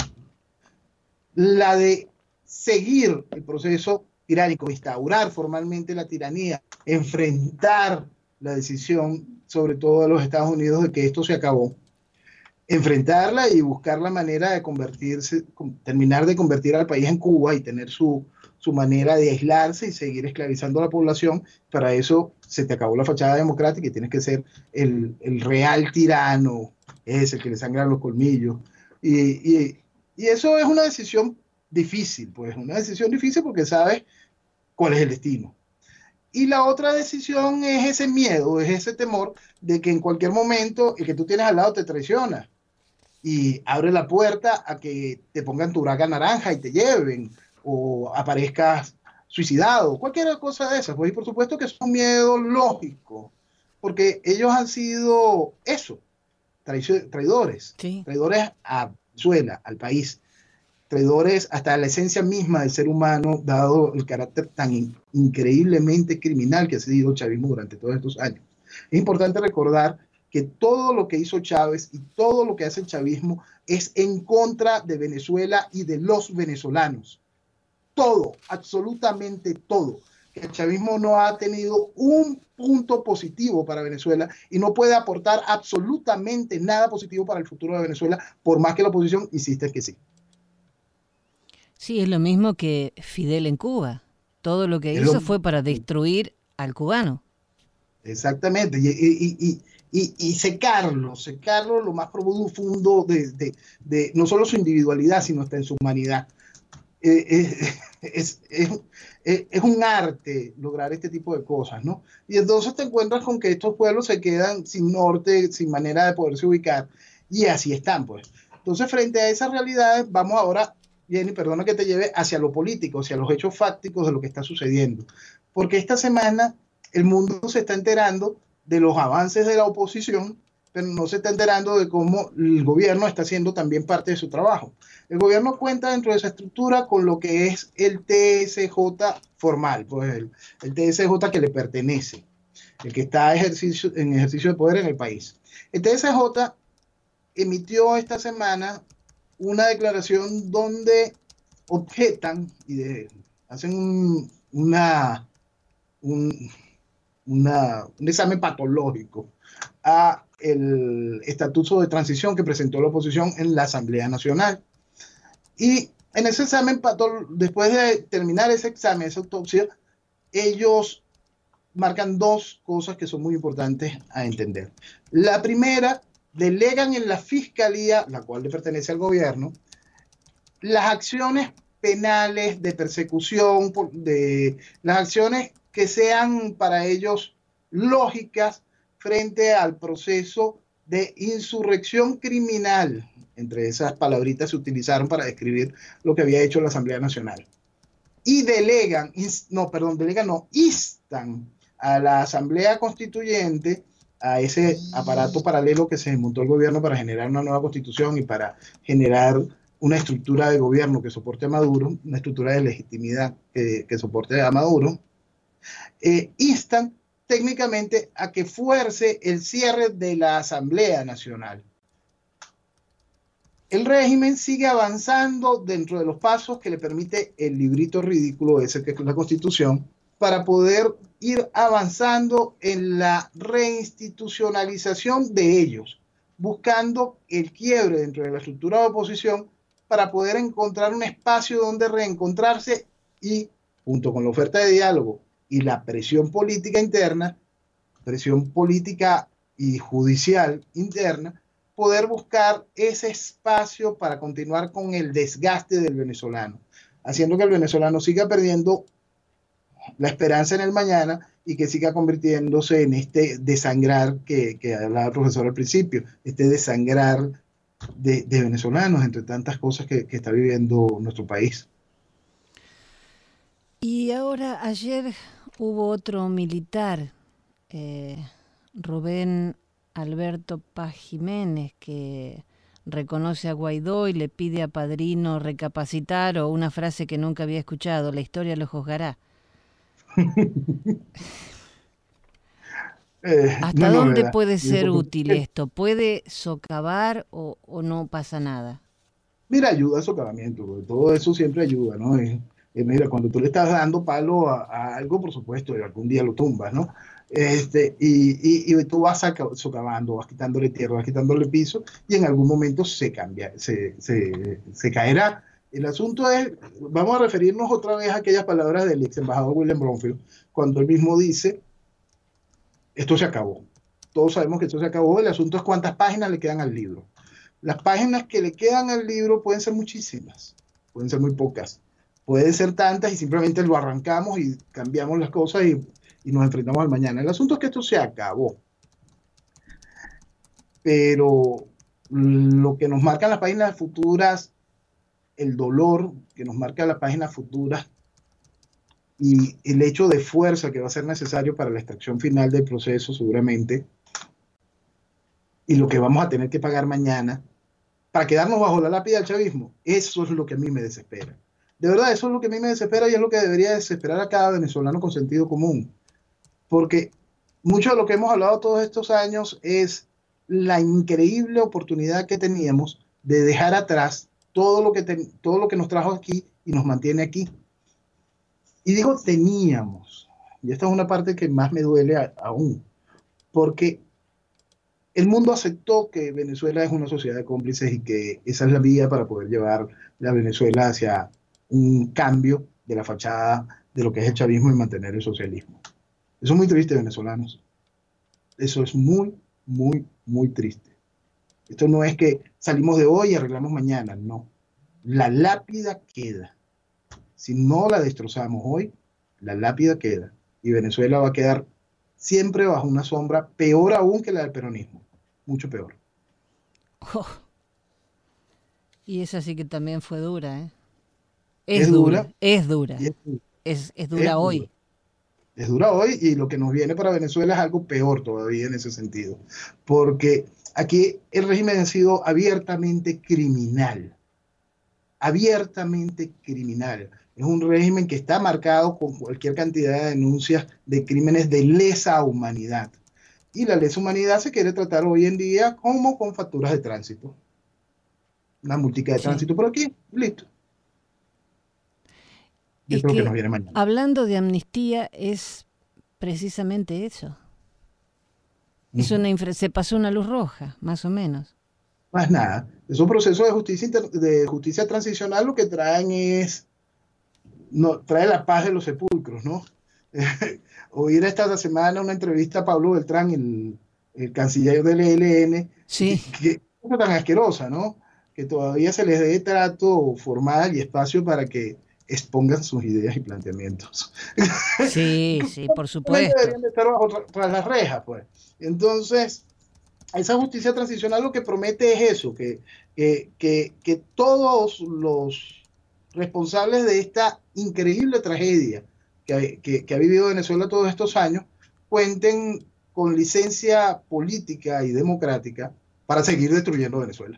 La de seguir el proceso tiránico, instaurar formalmente la tiranía, enfrentar la decisión, sobre todo de los Estados Unidos, de que esto se acabó. Enfrentarla y buscar la manera de convertirse, terminar de convertir al país en Cuba y tener su, su manera de aislarse y seguir esclavizando a la población. Para eso se te acabó la fachada democrática y tienes que ser el, el real tirano, es el que le sangran los colmillos. Y, y, y eso es una decisión difícil, pues una decisión difícil porque sabes cuál es el destino. Y la otra decisión es ese miedo, es ese temor de que en cualquier momento el que tú tienes al lado te traiciona y abre la puerta a que te pongan tu braga naranja y te lleven, o aparezcas suicidado, cualquier cosa de esas. Pues, y por supuesto que es un miedo lógico, porque ellos han sido eso, traidores, sí. traidores a Venezuela, al país, traidores hasta la esencia misma del ser humano, dado el carácter tan in increíblemente criminal que ha sido el chavismo durante todos estos años. Es importante recordar que todo lo que hizo Chávez y todo lo que hace el chavismo es en contra de Venezuela y de los venezolanos. Todo, absolutamente todo. El chavismo no ha tenido un punto positivo para Venezuela y no puede aportar absolutamente nada positivo para el futuro de Venezuela, por más que la oposición insista en que sí. Sí, es lo mismo que Fidel en Cuba. Todo lo que hizo fue para destruir al cubano. Exactamente, y, y, y, y, y secarlo, secarlo lo más profundo de, de, de no solo su individualidad, sino hasta en su humanidad. Eh, es, es, es, es, es un arte lograr este tipo de cosas, ¿no? Y entonces te encuentras con que estos pueblos se quedan sin norte, sin manera de poderse ubicar, y así están, pues. Entonces, frente a esas realidades, vamos ahora, Jenny, perdona que te lleve hacia lo político, hacia los hechos fácticos de lo que está sucediendo. Porque esta semana el mundo se está enterando de los avances de la oposición, pero no se está enterando de cómo el gobierno está haciendo también parte de su trabajo. El gobierno cuenta dentro de esa estructura con lo que es el T S J formal, pues el, el T S J que le pertenece, el que está ejercicio, en ejercicio de poder en el país. El T S J emitió esta semana una declaración donde objetan y de, hacen un, una, un, una, un examen patológico a el estatuto de transición que presentó la oposición en la Asamblea Nacional. Y en ese examen, después de terminar ese examen, esa autopsia, ellos marcan dos cosas que son muy importantes a entender. La primera, delegan en la fiscalía, la cual le pertenece al gobierno, las acciones penales de persecución, de las acciones que sean para ellos lógicas frente al proceso de insurrección criminal. Entre esas palabritas se utilizaron para describir lo que había hecho la Asamblea Nacional. Y delegan, no, perdón, delegan, no, instan a la Asamblea Constituyente, a ese aparato paralelo que se montó el gobierno para generar una nueva constitución y para generar una estructura de gobierno que soporte a Maduro, una estructura de legitimidad que, que soporte a Maduro, eh, instan técnicamente a que fuerce el cierre de la Asamblea Nacional. El régimen sigue avanzando dentro de los pasos que le permite el librito ridículo ese que es la Constitución, para poder ir avanzando en la reinstitucionalización de ellos, buscando el quiebre dentro de la estructura de oposición para poder encontrar un espacio donde reencontrarse y, junto con la oferta de diálogo y la presión política interna, presión política y judicial interna, poder buscar ese espacio para continuar con el desgaste del venezolano, haciendo que el venezolano siga perdiendo la esperanza en el mañana y que siga convirtiéndose en este desangrar que, que hablaba el profesor al principio, este desangrar de, de venezolanos entre tantas cosas que, que está viviendo nuestro país. Y ahora, ayer hubo otro militar, eh, Rubén Alberto Paz Jiménez, que reconoce a Guaidó y le pide a Padrino recapacitar, o una frase que nunca había escuchado: la historia lo juzgará. eh, ¿Hasta no, dónde no, puede ser útil esto? ¿Puede socavar o, o no pasa nada? Mira, ayuda a socavamiento, todo eso siempre ayuda, ¿no? Eh, eh, mira, cuando tú le estás dando palo a, a algo, por supuesto, algún día lo tumbas, ¿no? Este, y, y, y tú vas socavando, vas quitándole tierra, vas quitándole piso, y en algún momento se cambia, se, se, se caerá. El asunto es, vamos a referirnos otra vez a aquellas palabras del ex embajador William Bromfield, cuando él mismo dice, esto se acabó. Todos sabemos que esto se acabó, el asunto es cuántas páginas le quedan al libro. Las páginas que le quedan al libro pueden ser muchísimas, pueden ser muy pocas, pueden ser tantas y simplemente lo arrancamos y cambiamos las cosas y, y nos enfrentamos al mañana. El asunto es que esto se acabó. Pero lo que nos marcan las páginas futuras, el dolor que nos marca las páginas futuras y el hecho de fuerza que va a ser necesario para la extracción final del proceso seguramente, y lo que vamos a tener que pagar mañana para quedarnos bajo la lápida del chavismo, eso es lo que a mí me desespera. De verdad, eso es lo que a mí me desespera y es lo que debería desesperar a cada venezolano con sentido común. Porque mucho de lo que hemos hablado todos estos años es la increíble oportunidad que teníamos de dejar atrás todo lo que, te, todo lo que nos trajo aquí y nos mantiene aquí. Y digo teníamos, y esta es una parte que más me duele a, aún, porque el mundo aceptó que Venezuela es una sociedad de cómplices y que esa es la vía para poder llevar la Venezuela hacia un cambio de la fachada de lo que es el chavismo y mantener el socialismo. Eso es muy triste, venezolanos. Eso es muy, muy, muy triste. Esto no es que salimos de hoy y arreglamos mañana, no. La lápida queda. Si no la destrozamos hoy, la lápida queda. Y Venezuela va a quedar siempre bajo una sombra peor aún que la del peronismo. Mucho peor. Oh. Y esa sí que también fue dura, ¿eh? Es, es dura, dura. Es dura. Es, es, es dura es hoy. Dura. Es dura hoy y lo que nos viene para Venezuela es algo peor todavía en ese sentido. Porque aquí el régimen ha sido abiertamente criminal. Abiertamente criminal. Es un régimen que está marcado con cualquier cantidad de denuncias de crímenes de lesa humanidad. Y la lesa humanidad se quiere tratar hoy en día como con facturas de tránsito. Una multica de Sí. tránsito por aquí, listo. Y Es eso es lo que que, nos viene mañana. hablando de amnistía, es precisamente eso. Es Ujú. una infra- se pasó una luz roja, más o menos. Más nada. Esos procesos de justicia, inter- de justicia transicional lo que traen es, no, trae la paz de los sepulcros, ¿no? Oír esta semana una entrevista a Pablo Beltrán, el, el canciller del E L N, Sí, que, que cosa tan asquerosa, ¿no? Que todavía se les dé trato formal y espacio para que expongan sus ideas y planteamientos. sí, sí, por Simplemente supuesto. deberían de estar bajo tra- tras las rejas, pues. Entonces, esa justicia transicional lo que promete es eso, que, que, que, que todos los responsables de esta increíble tragedia que, que, que ha vivido Venezuela todos estos años cuenten con licencia política y democrática para seguir destruyendo Venezuela.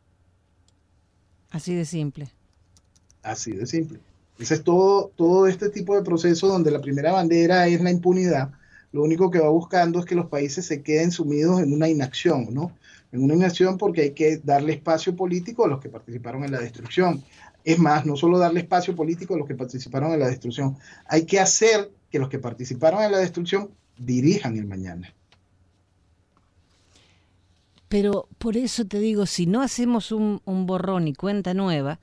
Así de simple. Así de simple. Ese es todo, todo este tipo de proceso donde la primera bandera es la impunidad. Lo único que va buscando es que los países se queden sumidos en una inacción, ¿no? En una inacción porque hay que darle espacio político a los que participaron en la destrucción. Es más, no solo darle espacio político a los que participaron en la destrucción, hay que hacer que los que participaron en la destrucción dirijan el mañana. Pero por eso te digo, si no hacemos un, un borrón y cuenta nueva,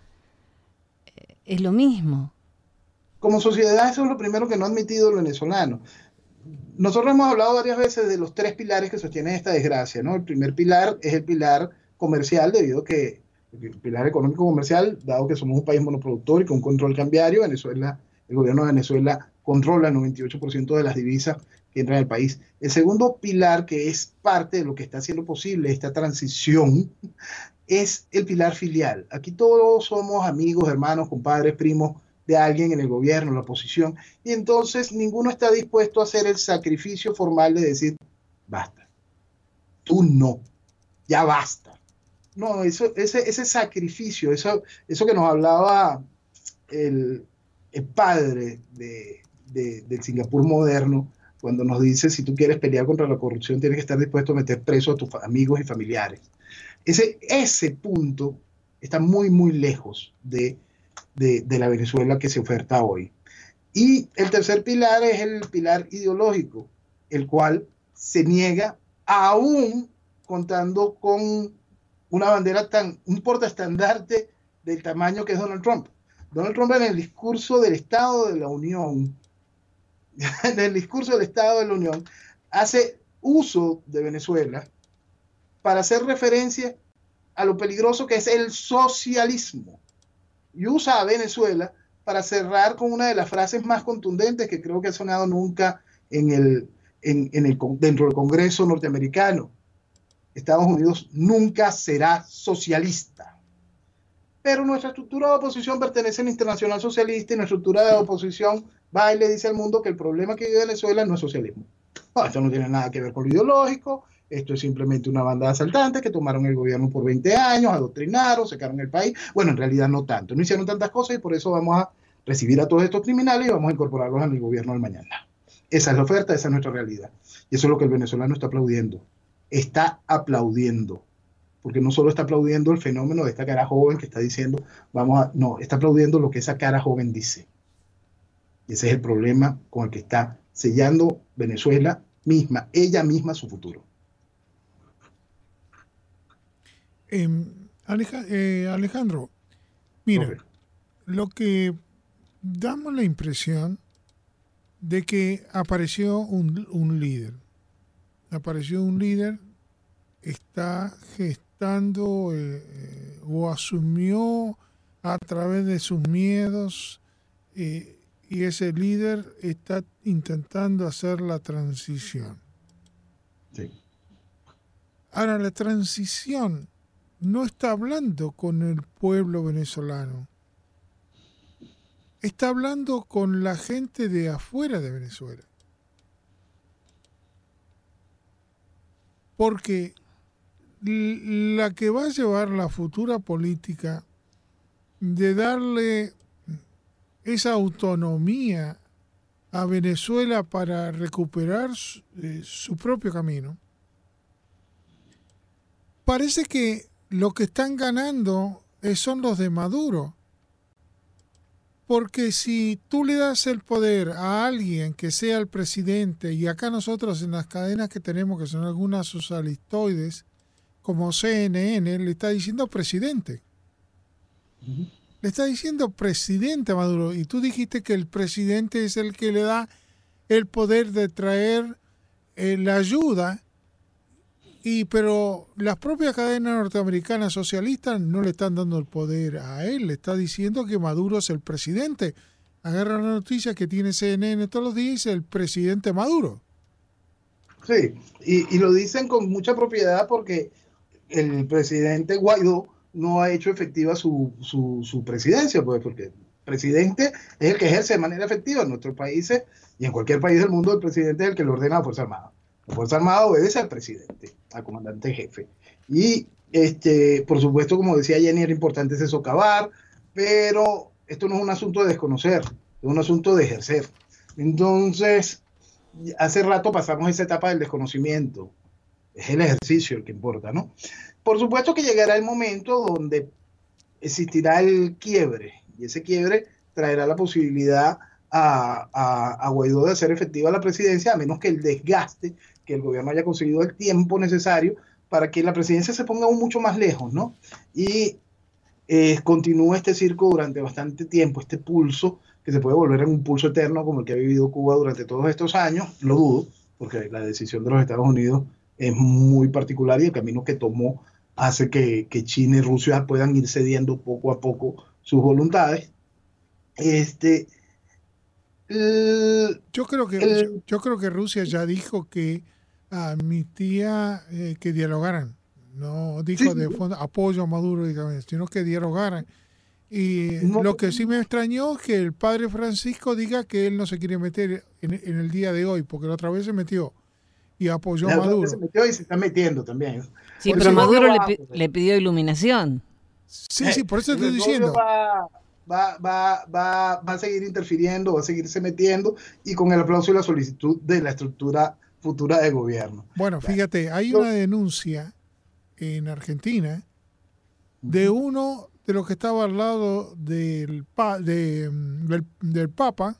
eh, es lo mismo. Como sociedad, eso es lo primero que no ha admitido el venezolano. Nosotros hemos hablado varias veces de los tres pilares que sostienen esta desgracia, ¿no? El primer pilar es el pilar comercial, debido a que el pilar económico comercial, dado que somos un país monoproductor y con control cambiario, Venezuela, el gobierno de Venezuela controla el noventa y ocho por ciento de las divisas que entran al país. El segundo pilar, que es parte de lo que está haciendo posible esta transición, es el pilar filial. Aquí todos somos amigos, hermanos, compadres, primos de alguien en el gobierno, en la oposición, y entonces ninguno está dispuesto a hacer el sacrificio formal de decir, basta, tú no, ya basta. No, eso, ese, ese sacrificio, eso, eso que nos hablaba el, el padre de, de, del Singapur moderno, cuando nos dice, si tú quieres pelear contra la corrupción, tienes que estar dispuesto a meter preso a tus amigos y familiares. Ese, ese punto está muy, muy lejos de, de, de la Venezuela que se oferta hoy. Y el tercer pilar es el pilar ideológico, el cual se niega aún contando con una bandera tan, un portaestandarte del tamaño que es Donald Trump. Donald Trump en el discurso del Estado de la Unión, en el discurso del Estado de la Unión, hace uso de Venezuela para hacer referencia a lo peligroso que es el socialismo. Y usa a Venezuela para cerrar con una de las frases más contundentes que creo que ha sonado nunca en el, en, en el, dentro del Congreso norteamericano. Estados Unidos nunca será socialista. Pero nuestra estructura de oposición pertenece a la Internacional Socialista y nuestra estructura de oposición va y le dice al mundo que el problema que vive Venezuela no es socialismo. No, esto no tiene nada que ver con lo ideológico, esto es simplemente una banda de asaltantes que tomaron el gobierno por veinte años, adoctrinaron, secaron el país. Bueno, en realidad no tanto, no hicieron tantas cosas y por eso vamos a recibir a todos estos criminales y vamos a incorporarlos en el gobierno del mañana. Esa es la oferta, esa es nuestra realidad. Y eso es lo que el venezolano está aplaudiendo. Está aplaudiendo. Porque no solo está aplaudiendo el fenómeno de esta cara joven que está diciendo, vamos a, no, está aplaudiendo lo que esa cara joven dice. Y ese es el problema con el que está sellando Venezuela misma, ella misma su futuro. Eh, Aleja, eh, Alejandro, mira, okay. Lo que damos la impresión de que apareció un, un líder. Apareció un líder, está gestando eh, o asumió a través de sus miedos eh, y ese líder está intentando hacer la transición. Sí. Ahora, la transición no está hablando con el pueblo venezolano. Está hablando con la gente de afuera de Venezuela. porque la que va a llevar la futura política de darle esa autonomía a Venezuela para recuperar su, eh, su propio camino, parece que lo que están ganando eh, son los de Maduro. Porque si tú le das el poder a alguien que sea el presidente, y acá nosotros en las cadenas que tenemos, que son algunas socialistoides, como C N N, le está diciendo presidente. Uh-huh. Le está diciendo presidente a Maduro. Y tú dijiste que el presidente es el que le da el poder de traer eh, la ayuda. Y pero las propias cadenas norteamericanas socialistas no le están dando el poder a él. Le está diciendo que Maduro es el presidente. Agarra la noticia que tiene C N N todos los días y dice el presidente Maduro. Sí, y, y lo dicen con mucha propiedad porque el presidente Guaidó no ha hecho efectiva su, su, su presidencia, pues, porque el presidente es el que ejerce de manera efectiva en nuestros países y en cualquier país del mundo. El presidente es el que le ordena a la Fuerza Armada. La Fuerza Armada obedece al presidente, al comandante jefe. Y, este, por supuesto, como decía Jenny, era importante ese socavar, pero esto no es un asunto de desconocer, es un asunto de ejercer. Entonces, hace rato pasamos esa etapa del desconocimiento. Es el ejercicio el que importa, ¿no? Por supuesto que llegará el momento donde existirá el quiebre, y ese quiebre traerá la posibilidad a, a, a Guaidó de hacer efectiva la presidencia, a menos que el desgaste, que el gobierno haya conseguido el tiempo necesario para que la presidencia se ponga aún mucho más lejos, ¿no? Y eh, continúe este circo durante bastante tiempo, este pulso, que se puede volver en un pulso eterno como el que ha vivido Cuba durante todos estos años. Lo dudo, porque la decisión de los Estados Unidos es muy particular y el camino que tomó hace que, que China y Rusia puedan ir cediendo poco a poco sus voluntades. Este, el, yo, creo que, el, yo, yo creo que Rusia ya dijo que admitía eh, que dialogaran. No dijo sí, de fondo apoyo a Maduro, sino que dialogaran. Y no, lo que sí me extrañó es que el padre Francisco diga que él no se quiere meter en, en el día de hoy, porque la otra vez se metió y apoyó a Maduro. Se metió y se está metiendo también. Sí, por pero Maduro le, pi le pidió iluminación. Sí, eh, sí, por eso estoy diciendo. Va, va, va, va, va a seguir interfiriendo, va a seguirse metiendo y con el aplauso y la solicitud de la estructura futura de gobierno. Bueno, fíjate, hay una denuncia en Argentina de uno de los que estaba al lado del, pa, de, del, del Papa,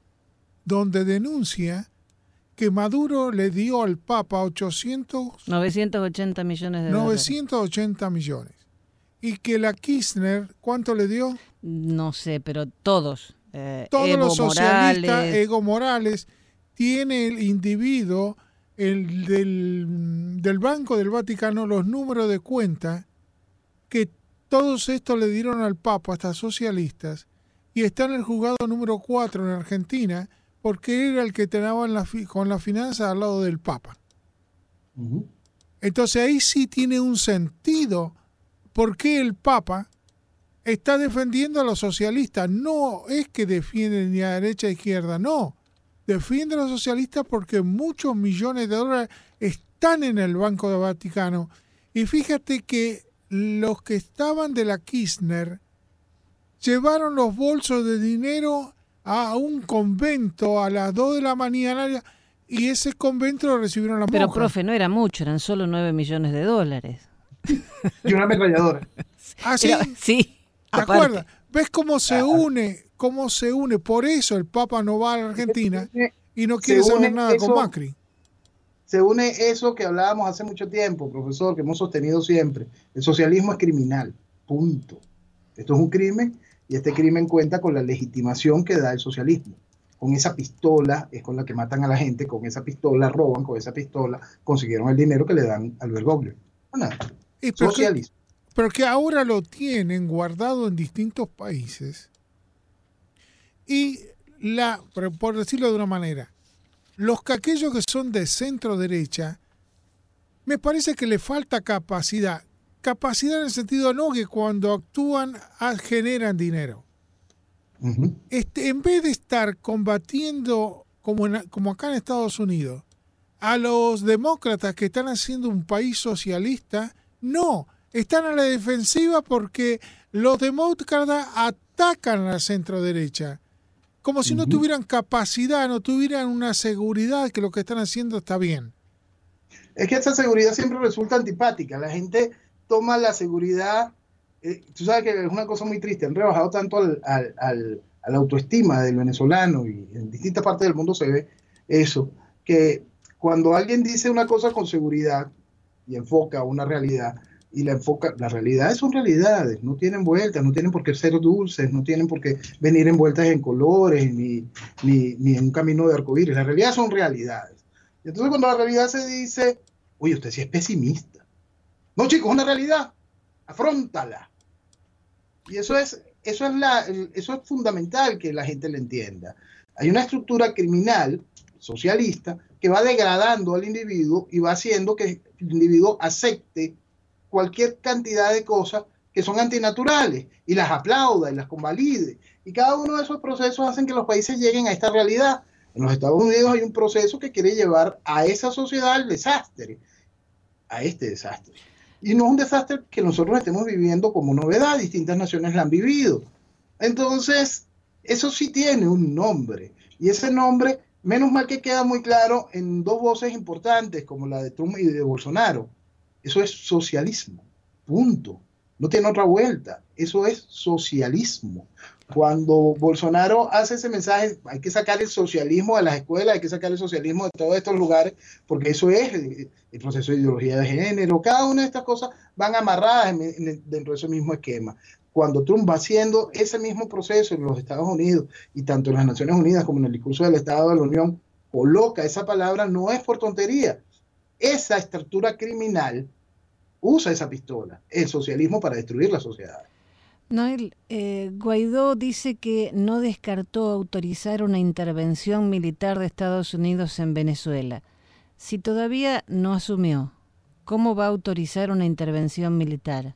donde denuncia que Maduro le dio al Papa ochocientos, novecientos ochenta millones de dólares. novecientos ochenta millones. Y que la Kirchner, ¿cuánto le dio? No sé, pero todos. Eh, todos Evo los socialistas, Morales. Evo Morales, tiene el individuo el del, del Banco del Vaticano los números de cuenta que todos estos le dieron al Papa, hasta socialistas, y está en el juzgado número cuatro en Argentina, porque era el que tenía la, con la finanza al lado del Papa. Uh-huh. Entonces ahí sí tiene un sentido por qué el Papa está defendiendo a los socialistas. No es que defienden ni a derecha ni a izquierda, no. Defiende a los socialistas porque muchos millones de dólares están en el Banco del Vaticano. Y fíjate que los que estaban de la Kirchner llevaron los bolsos de dinero a un convento a las dos de la mañana y ese convento lo recibieron las monjas. Pero, profe, no era mucho, eran solo nueve millones de dólares. Y una ametralladora. ¿Ah, sí? Era, sí. ¿Te acuerdas? ¿Ves cómo se une? ¿Cómo se une? Por eso el Papa no va a la Argentina y no quiere saber nada eso, con Macri. Se une eso que hablábamos hace mucho tiempo, profesor, que hemos sostenido siempre. El socialismo es criminal. Punto. Esto es un crimen y este crimen cuenta con la legitimación que da el socialismo. Con esa pistola es con la que matan a la gente, con esa pistola roban, con esa pistola consiguieron el dinero que le dan al Bergoglio. No, nada. Pero socialismo. Que, pero que ahora lo tienen guardado en distintos países y, la, por decirlo de una manera, los que aquellos que son de centro derecha, me parece que le falta capacidad. Capacidad en el sentido no que cuando actúan generan dinero. Uh-huh. Este, en vez de estar combatiendo, como, en, como acá en Estados Unidos, a los demócratas que están haciendo un país socialista, no, están a la defensiva porque los demócratas atacan a la centroderecha, como si uh-huh. no tuvieran capacidad, no tuvieran una seguridad que lo que están haciendo está bien. Es que esa seguridad siempre resulta antipática. La gente toma la seguridad, eh, tú sabes que es una cosa muy triste, han rebajado tanto al, al, al, a la autoestima del venezolano y en distintas partes del mundo se ve eso, que cuando alguien dice una cosa con seguridad y enfoca una realidad, y la enfoca, las realidades son realidades, no tienen vueltas, no tienen por qué ser dulces, no tienen por qué venir envueltas en colores, ni, ni, ni en un camino de arcoíris, las realidades son realidades. Y entonces cuando la realidad se dice, oye, usted sí es pesimista. No, chicos, es una realidad, afróntala. Y eso es, eso es, la, eso es fundamental que la gente lo entienda. Hay una estructura criminal, socialista, que va degradando al individuo y va haciendo que el individuo acepte cualquier cantidad de cosas que son antinaturales y las aplauda y las convalide. Y cada uno de esos procesos hacen que los países lleguen a esta realidad. En los Estados Unidos hay un proceso que quiere llevar a esa sociedad al desastre, a este desastre. Y no es un desastre que nosotros estemos viviendo como novedad, distintas naciones la han vivido. Entonces, eso sí tiene un nombre. Y ese nombre, menos mal que queda muy claro en dos voces importantes, como la de Trump y de Bolsonaro. Eso es socialismo, punto. No tiene otra vuelta. Eso es socialismo. Cuando Bolsonaro hace ese mensaje, hay que sacar el socialismo de las escuelas, hay que sacar el socialismo de todos estos lugares, porque eso es el, el proceso de ideología de género. Cada una de estas cosas van amarradas en, en, dentro de ese mismo esquema. Cuando Trump va haciendo ese mismo proceso en los Estados Unidos, y tanto en las Naciones Unidas como en el discurso del Estado de la Unión, coloca esa palabra, no es por tontería. Esa estructura criminal usa esa pistola, el socialismo, para destruir la sociedad. Noel, eh, Guaidó dice que no descartó autorizar una intervención militar de Estados Unidos en Venezuela. Si todavía no asumió, ¿cómo va a autorizar una intervención militar?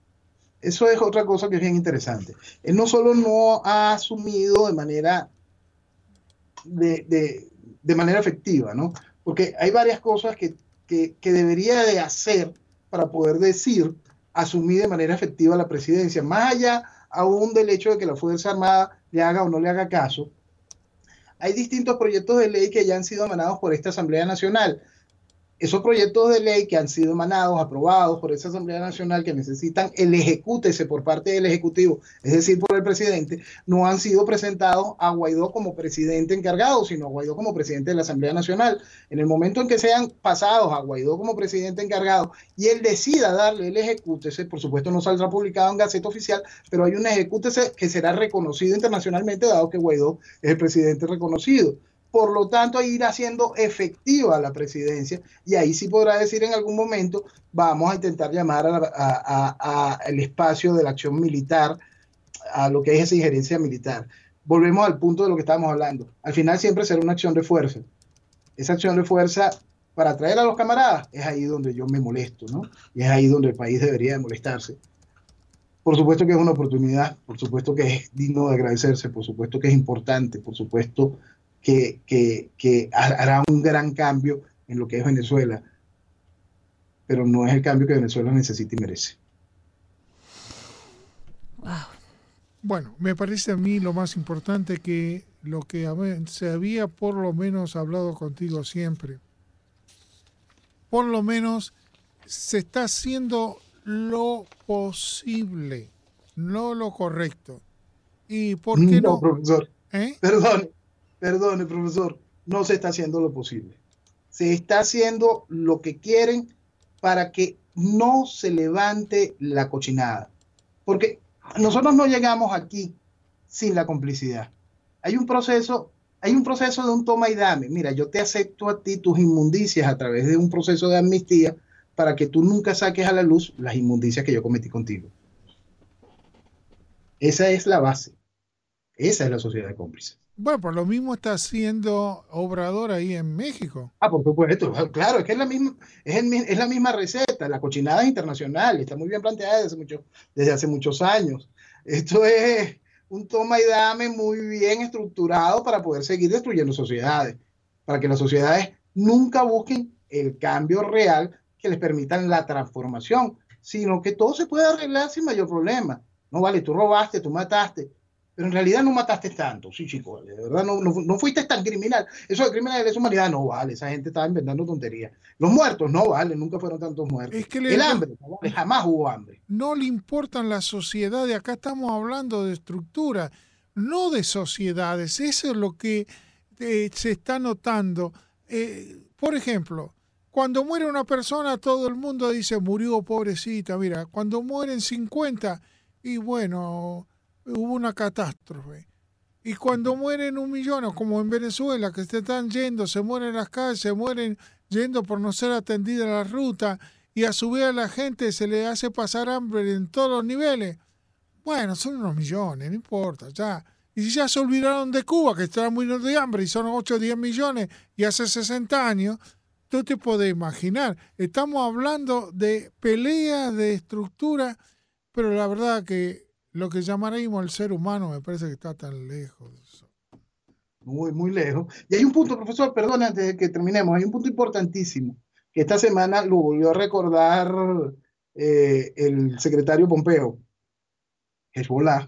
Eso es otra cosa que es bien interesante. Él no solo no ha asumido de manera, de, de, de manera efectiva, ¿no? Porque hay varias cosas que, que, que debería de hacer para poder decir, asumir de manera efectiva la presidencia, más allá aún del hecho de que la Fuerza Armada le haga o no le haga caso. Hay distintos proyectos de ley que ya han sido emanados por esta Asamblea Nacional. Esos proyectos de ley que han sido emanados, aprobados por esa Asamblea Nacional, que necesitan el ejecútese por parte del Ejecutivo, es decir, por el presidente, no han sido presentados a Guaidó como presidente encargado, sino a Guaidó como presidente de la Asamblea Nacional. En el momento en que sean pasados a Guaidó como presidente encargado y él decida darle el ejecútese, por supuesto no saldrá publicado en Gaceta Oficial, pero hay un ejecútese que será reconocido internacionalmente, dado que Guaidó es el presidente reconocido. Por lo tanto, ir haciendo efectiva la presidencia, y ahí sí podrá decir en algún momento, vamos a intentar llamar a, a, a, a el espacio de la acción militar, a lo que es esa injerencia militar. Volvemos al punto de lo que estábamos hablando. Al final siempre será una acción de fuerza. Esa acción de fuerza para atraer a los camaradas, es ahí donde yo me molesto, ¿no? Y es ahí donde el país debería de molestarse. Por supuesto que es una oportunidad, por supuesto que es digno de agradecerse, por supuesto que es importante, por supuesto Que, que, que hará un gran cambio en lo que es Venezuela, pero no es el cambio que Venezuela necesita y merece. Wow. Bueno, me parece a mí lo más importante que lo que se había por lo menos hablado contigo siempre, por lo menos se está haciendo lo posible, no lo correcto. ¿Y por qué no? No, profesor, ¿Eh? perdón. Perdone, profesor, no se está haciendo lo posible. Se está haciendo lo que quieren para que no se levante la cochinada. Porque nosotros no llegamos aquí sin la complicidad. Hay un proceso, hay un proceso de un toma y dame. Mira, yo te acepto a ti tus inmundicias a través de un proceso de amnistía para que tú nunca saques a la luz las inmundicias que yo cometí contigo. Esa es la base. Esa es la sociedad de cómplices. Bueno, por lo mismo está haciendo Obrador ahí en México. Ah, por supuesto, claro, es que es la misma, es, el, es la misma receta, la cochinada es internacional, está muy bien planteada desde hace, mucho, desde hace muchos años. Esto es un toma y dame muy bien estructurado para poder seguir destruyendo sociedades, para que las sociedades nunca busquen el cambio real que les permita la transformación, sino que todo se puede arreglar sin mayor problema. No vale, tú robaste, tú mataste, pero en realidad no mataste tanto, sí, chicos, de verdad no, no, no fuiste tan criminal. Eso de crímenes de lesa humanidad no vale, esa gente estaba inventando tonterías. Los muertos no vale, nunca fueron tantos muertos. Es que le, el hambre, no vale, jamás hubo hambre. No le importan las sociedades, acá estamos hablando de estructura, no de sociedades, eso es lo que eh, se está notando. Eh, por ejemplo, cuando muere una persona, todo el mundo dice, murió pobrecita, mira, cuando mueren cincuenta, y bueno, hubo una catástrofe. Y cuando mueren un millón, como en Venezuela, que se están yendo, se mueren en las calles, se mueren yendo por no ser atendida la ruta, y a su vez a la gente se le hace pasar hambre en todos los niveles. Bueno, son unos millones, no importa, ya. Y si ya se olvidaron de Cuba, que están muriendo de hambre, y son ocho o diez millones, y hace sesenta años, tú te puedes imaginar. Estamos hablando de peleas, de estructura, pero la verdad que lo que llamaremos el ser humano me parece que está tan lejos. Muy, muy lejos. Y hay un punto, profesor, perdón, antes de que terminemos, hay un punto importantísimo, que esta semana lo volvió a recordar eh, el secretario Pompeo. Hezbollah,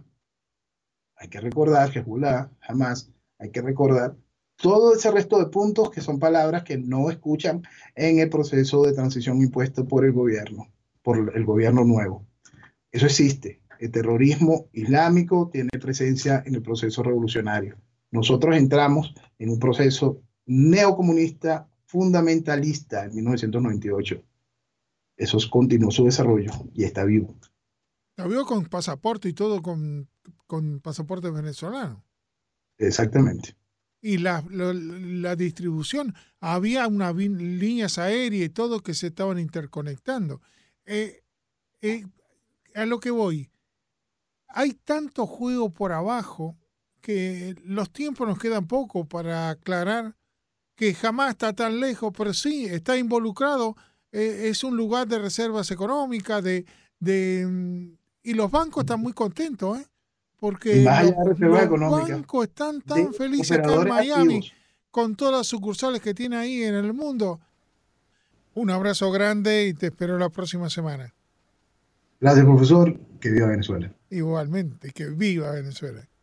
hay que recordar, Hezbollah, jamás, hay que recordar todo ese resto de puntos que son palabras que no escuchan en el proceso de transición impuesto por el gobierno, por el gobierno nuevo. Eso existe. El terrorismo islámico tiene presencia en el proceso revolucionario. Nosotros entramos en un proceso neocomunista fundamentalista en mil novecientos noventa y ocho. Eso continuó su desarrollo y está vivo. Está vivo con pasaporte y todo, con, con pasaporte venezolano. Exactamente. Y la, la, la distribución, había unas líneas aéreas y todo que se estaban interconectando. Eh, eh, a lo que voy, hay tanto juego por abajo que los tiempos nos quedan poco para aclarar que jamás está tan lejos, pero sí está involucrado, eh, es un lugar de reservas económicas, de, de y los bancos están muy contentos, ¿eh? Porque los, los bancos están tan felices acá en Miami, activos, con todas las sucursales que tiene ahí en el mundo. Un abrazo grande y te espero la próxima semana. Gracias, profesor. Que viva Venezuela. Igualmente, que viva Venezuela.